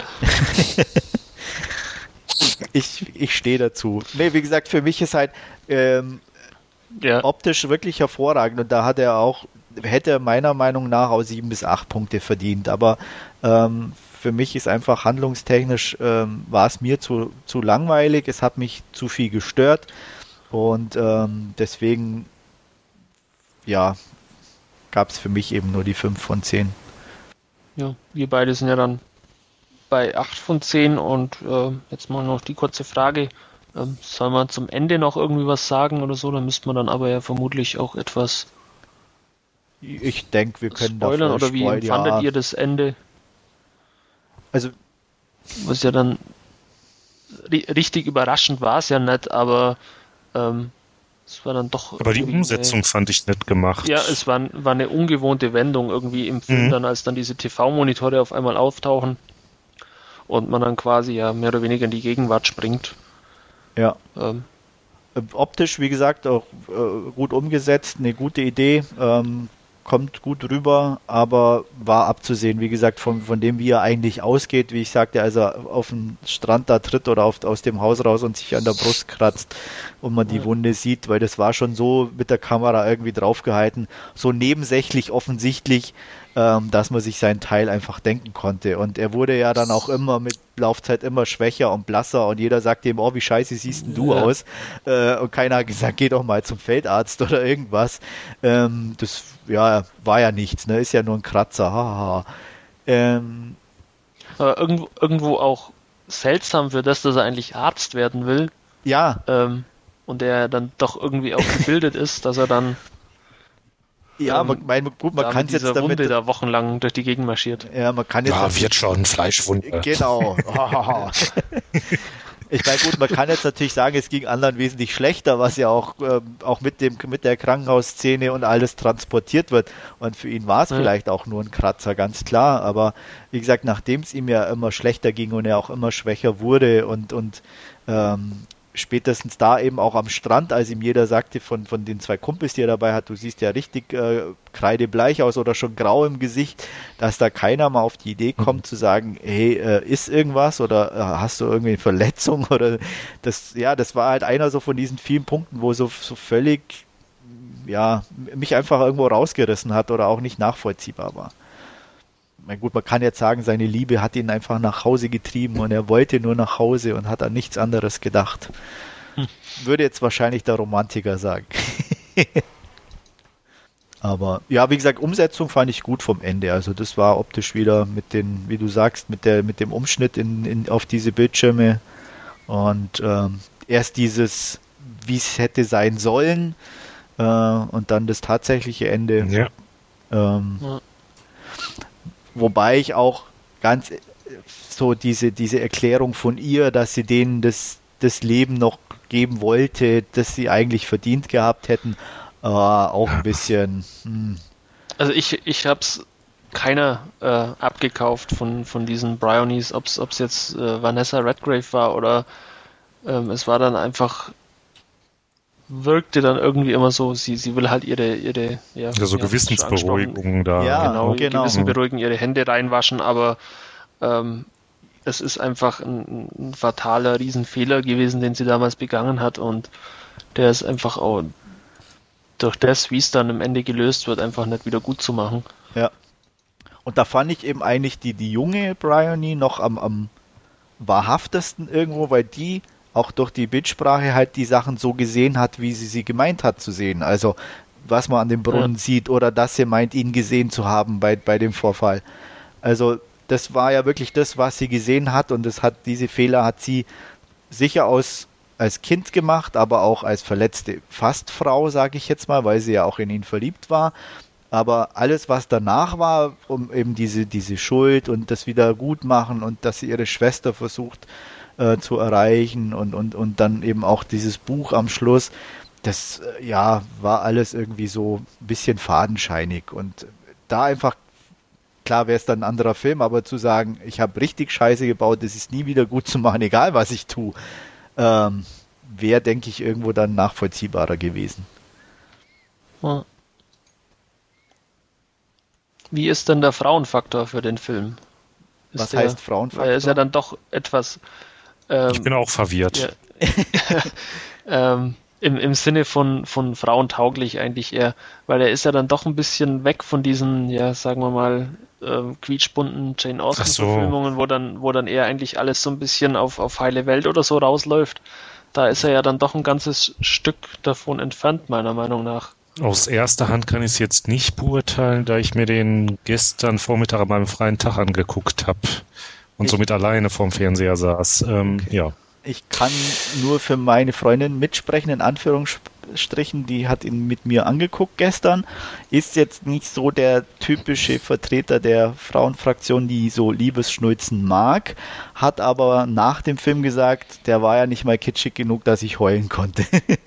ich, ich stehe dazu. Nee, wie gesagt, für mich ist halt ähm, Ja. optisch wirklich hervorragend und da hat er auch, hätte er meiner Meinung nach auch sieben bis acht Punkte verdient, aber ähm, für mich ist einfach handlungstechnisch, ähm, war es mir zu, zu langweilig, es hat mich zu viel gestört und ähm, deswegen, ja, gab es für mich eben nur die fünf von zehn. Ja, wir beide sind ja dann bei acht von zehn und äh, jetzt mal noch die kurze Frage, ähm, soll man zum Ende noch irgendwie was sagen oder so, dann müsste man dann aber ja vermutlich auch etwas Ich denke, wir können spoilern, davor oder wie spoil- empfandet ja. ihr das Ende? Also Was ja dann ri- richtig überraschend war es ja nicht, aber ähm, es war dann doch. Aber die irgendwie Umsetzung eine, fand ich nett gemacht. Ja, es war, war eine ungewohnte Wendung irgendwie im Film, Mhm. dann als dann diese T V-Monitore auf einmal auftauchen und man dann quasi ja mehr oder weniger in die Gegenwart springt. ja. Ähm, Optisch, wie gesagt, auch äh, gut umgesetzt, eine gute Idee, ähm, kommt gut rüber, aber war abzusehen, wie gesagt, von, von dem, wie er eigentlich ausgeht, wie ich sagte, als er auf den Strand da tritt oder auf, aus dem Haus raus und sich an der Brust kratzt und man die Ja. Wunde sieht, weil das war schon so mit der Kamera irgendwie draufgehalten, so nebensächlich offensichtlich, ähm, dass man sich seinen Teil einfach denken konnte. Und er wurde ja dann auch immer mit Laufzeit immer schwächer und blasser und jeder sagte ihm, oh, wie scheiße siehst denn du Ja. aus? Äh, und keiner hat gesagt, geh doch mal zum Feldarzt oder irgendwas. Ähm, das ja, war ja nichts, ne? Ist ja nur ein Kratzer, haha. Ähm, aber irgendwo, irgendwo auch seltsam für das, dass er eigentlich Arzt werden will ja, ähm, und der dann doch irgendwie auch gebildet ist, dass er dann ja, ähm, man, mein, gut, man da kann mit jetzt dieser damit, Wunde da wochenlang durch die Gegend marschiert. ja, man kann jetzt Ja, wird schon, Fleischwunde. Genau. Ich meine, gut, man kann jetzt natürlich sagen, es ging anderen wesentlich schlechter, was ja auch, ähm, auch mit dem mit der Krankenhausszene und alles transportiert wird. Und für ihn war es Ja. vielleicht auch nur ein Kratzer, ganz klar. Aber wie gesagt, nachdem es ihm ja immer schlechter ging und er auch immer schwächer wurde und, und ähm, spätestens da eben auch am Strand, als ihm jeder sagte von, von den zwei Kumpels, die er dabei hat, du siehst ja richtig äh, kreidebleich aus oder schon grau im Gesicht, dass da keiner mal auf die Idee kommt zu sagen, hey, äh, ist irgendwas oder äh, hast du irgendwie eine Verletzung oder das, ja, das war halt einer so von diesen vielen Punkten, wo so, so völlig, ja, mich einfach irgendwo rausgerissen hat oder auch nicht nachvollziehbar war. Na gut, man kann jetzt sagen, seine Liebe hat ihn einfach nach Hause getrieben und er wollte nur nach Hause und hat an nichts anderes gedacht. Hm. Würde jetzt wahrscheinlich der Romantiker sagen. Aber ja, wie gesagt, Umsetzung fand ich gut vom Ende. Also das war optisch wieder mit den, wie du sagst, mit der, mit dem Umschnitt in, in, auf diese Bildschirme und ähm, erst dieses, wie es hätte sein sollen äh, und dann das tatsächliche Ende. Ja. Ähm, Ja. Wobei ich auch ganz äh, so diese, diese Erklärung von ihr, dass sie denen das, das Leben noch geben wollte, das sie eigentlich verdient gehabt hätten, äh, auch ein bisschen. Hm. Also ich, ich hab's keiner äh, abgekauft von, von diesen Bryonies, ob's, ob's jetzt äh, Vanessa Redgrave war oder ähm, es war dann einfach, wirkte dann irgendwie immer so, sie, sie will halt ihre, ihre ja, Ja, so ja, Gewissensberuhigung da. Ja. genau, genau. ihr Gewissen beruhigen, ihre Hände reinwaschen, aber ähm, es ist einfach ein, ein fataler Riesenfehler gewesen, den sie damals begangen hat und der ist einfach auch durch das, wie es dann am Ende gelöst wird, einfach nicht wieder gut zu machen. Ja. Und da fand ich eben eigentlich die, die junge Bryony noch am, am wahrhaftesten irgendwo, weil die auch durch die Bildsprache halt die Sachen so gesehen hat, wie sie sie gemeint hat zu sehen. Also was man an dem Brunnen Ja. sieht oder dass sie meint, ihn gesehen zu haben bei, bei dem Vorfall. Also das war ja wirklich das, was sie gesehen hat und das hat, diese Fehler hat sie sicher aus als Kind gemacht, aber auch als verletzte Fastfrau, sage ich jetzt mal, weil sie ja auch in ihn verliebt war. Aber alles, was danach war, um eben diese, diese Schuld und das wieder gut machen und dass sie ihre Schwester versucht äh, zu erreichen und, und, und dann eben auch dieses Buch am Schluss, das äh, ja, war alles irgendwie so ein bisschen fadenscheinig und da einfach, klar wäre es dann ein anderer Film, aber zu sagen, ich habe richtig Scheiße gebaut, das ist nie wieder gut zu machen, egal was ich tue, ähm, wäre, denke ich, irgendwo dann nachvollziehbarer gewesen. Ja. Wie ist denn der Frauenfaktor für den Film? Ist Was der, heißt Frauenfaktor? Weil er ist ja dann doch etwas. Ähm, Ich bin auch verwirrt. ja, ähm, im, im Sinne von, von frauentauglich eigentlich eher, weil er ist ja dann doch ein bisschen weg von diesen, ja, sagen wir mal, ähm, quietschbunten Jane Austen-Verfilmungen, so. wo dann, wo dann eher eigentlich alles so ein bisschen auf, auf heile Welt oder so rausläuft. Da ist er ja dann doch ein ganzes Stück davon entfernt, meiner Meinung nach. Aus erster Hand kann ich es jetzt nicht beurteilen, da ich mir den gestern Vormittag an meinem freien Tag angeguckt habe und ich somit alleine vorm Fernseher saß. Ähm, okay. Ja. Ich kann nur für meine Freundin mitsprechen, in Anführungsstrichen, die hat ihn mit mir angeguckt gestern, ist jetzt nicht so der typische Vertreter der Frauenfraktion, die so Liebesschnulzen mag, hat aber nach dem Film gesagt, der war ja nicht mal kitschig genug, dass ich heulen konnte.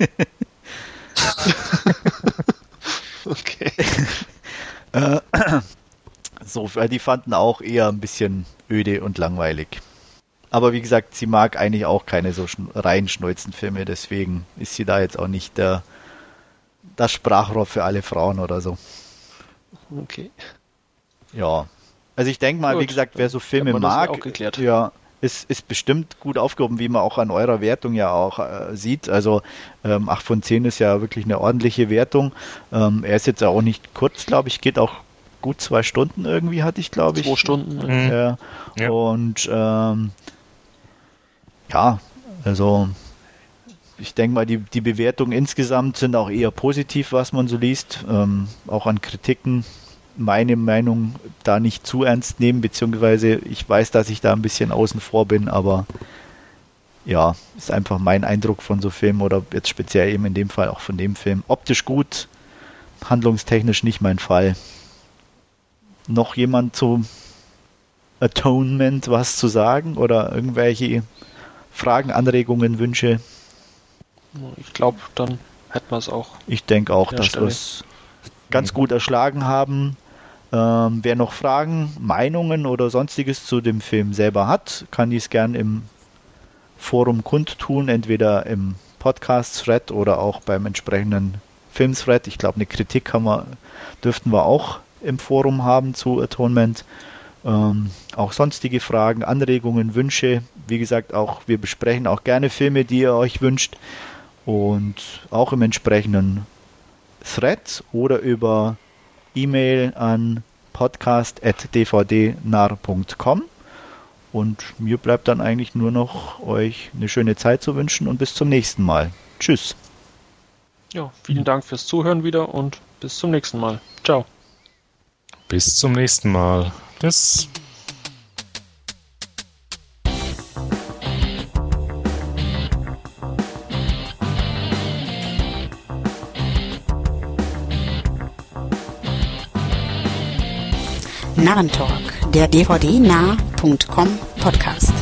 Okay. äh, so, die fanden auch eher ein bisschen öde und langweilig. Aber wie gesagt, sie mag eigentlich auch keine so rein Schnulzenfilme, deswegen ist sie da jetzt auch nicht der, das Sprachrohr für alle Frauen oder so. Okay. Ja. Also ich denke mal, gut, wie gesagt, wer so Filme mag, ja, ist, ist bestimmt gut aufgehoben, wie man auch an eurer Wertung ja auch äh, sieht. Also ähm, acht von zehn ist ja wirklich eine ordentliche Wertung. Ähm, er ist jetzt auch nicht kurz, glaube ich, geht auch gut zwei Stunden irgendwie, hatte ich, glaube ich. Zwei Stunden. Mhm. Ja. Ja. Und ähm, ja, also ich denke mal, die, die Bewertungen insgesamt sind auch eher positiv, was man so liest. Ähm, auch an Kritiken meine Meinung da nicht zu ernst nehmen, beziehungsweise ich weiß, dass ich da ein bisschen außen vor bin, aber ja, ist einfach mein Eindruck von so Filmen oder jetzt speziell eben in dem Fall auch von dem Film. Optisch gut, handlungstechnisch nicht mein Fall. Noch jemand zu Atonement was zu sagen oder irgendwelche Fragen, Anregungen, Wünsche? Ich glaube, dann hätten wir es auch. Ich denke auch, dass wir es ganz gut erschlagen haben. Ähm, wer noch Fragen, Meinungen oder sonstiges zu dem Film selber hat, kann dies gern im Forum kundtun, entweder im Podcast-Thread oder auch beim entsprechenden Film-Thread. Ich glaube, eine Kritik haben wir, dürften wir auch im Forum haben zu Atonement. Ähm, auch sonstige Fragen, Anregungen, Wünsche. Wie gesagt, auch wir besprechen auch gerne Filme, die ihr euch wünscht. Und auch im entsprechenden Thread oder über E-Mail an podcast at d v d narr punkt com. Und mir bleibt dann eigentlich nur noch, euch eine schöne Zeit zu wünschen und bis zum nächsten Mal. Tschüss. Ja, vielen Dank fürs Zuhören wieder und bis zum nächsten Mal. Ciao. Bis zum nächsten Mal. Tschüss. Narrentalk, der d v d narr punkt com Podcast.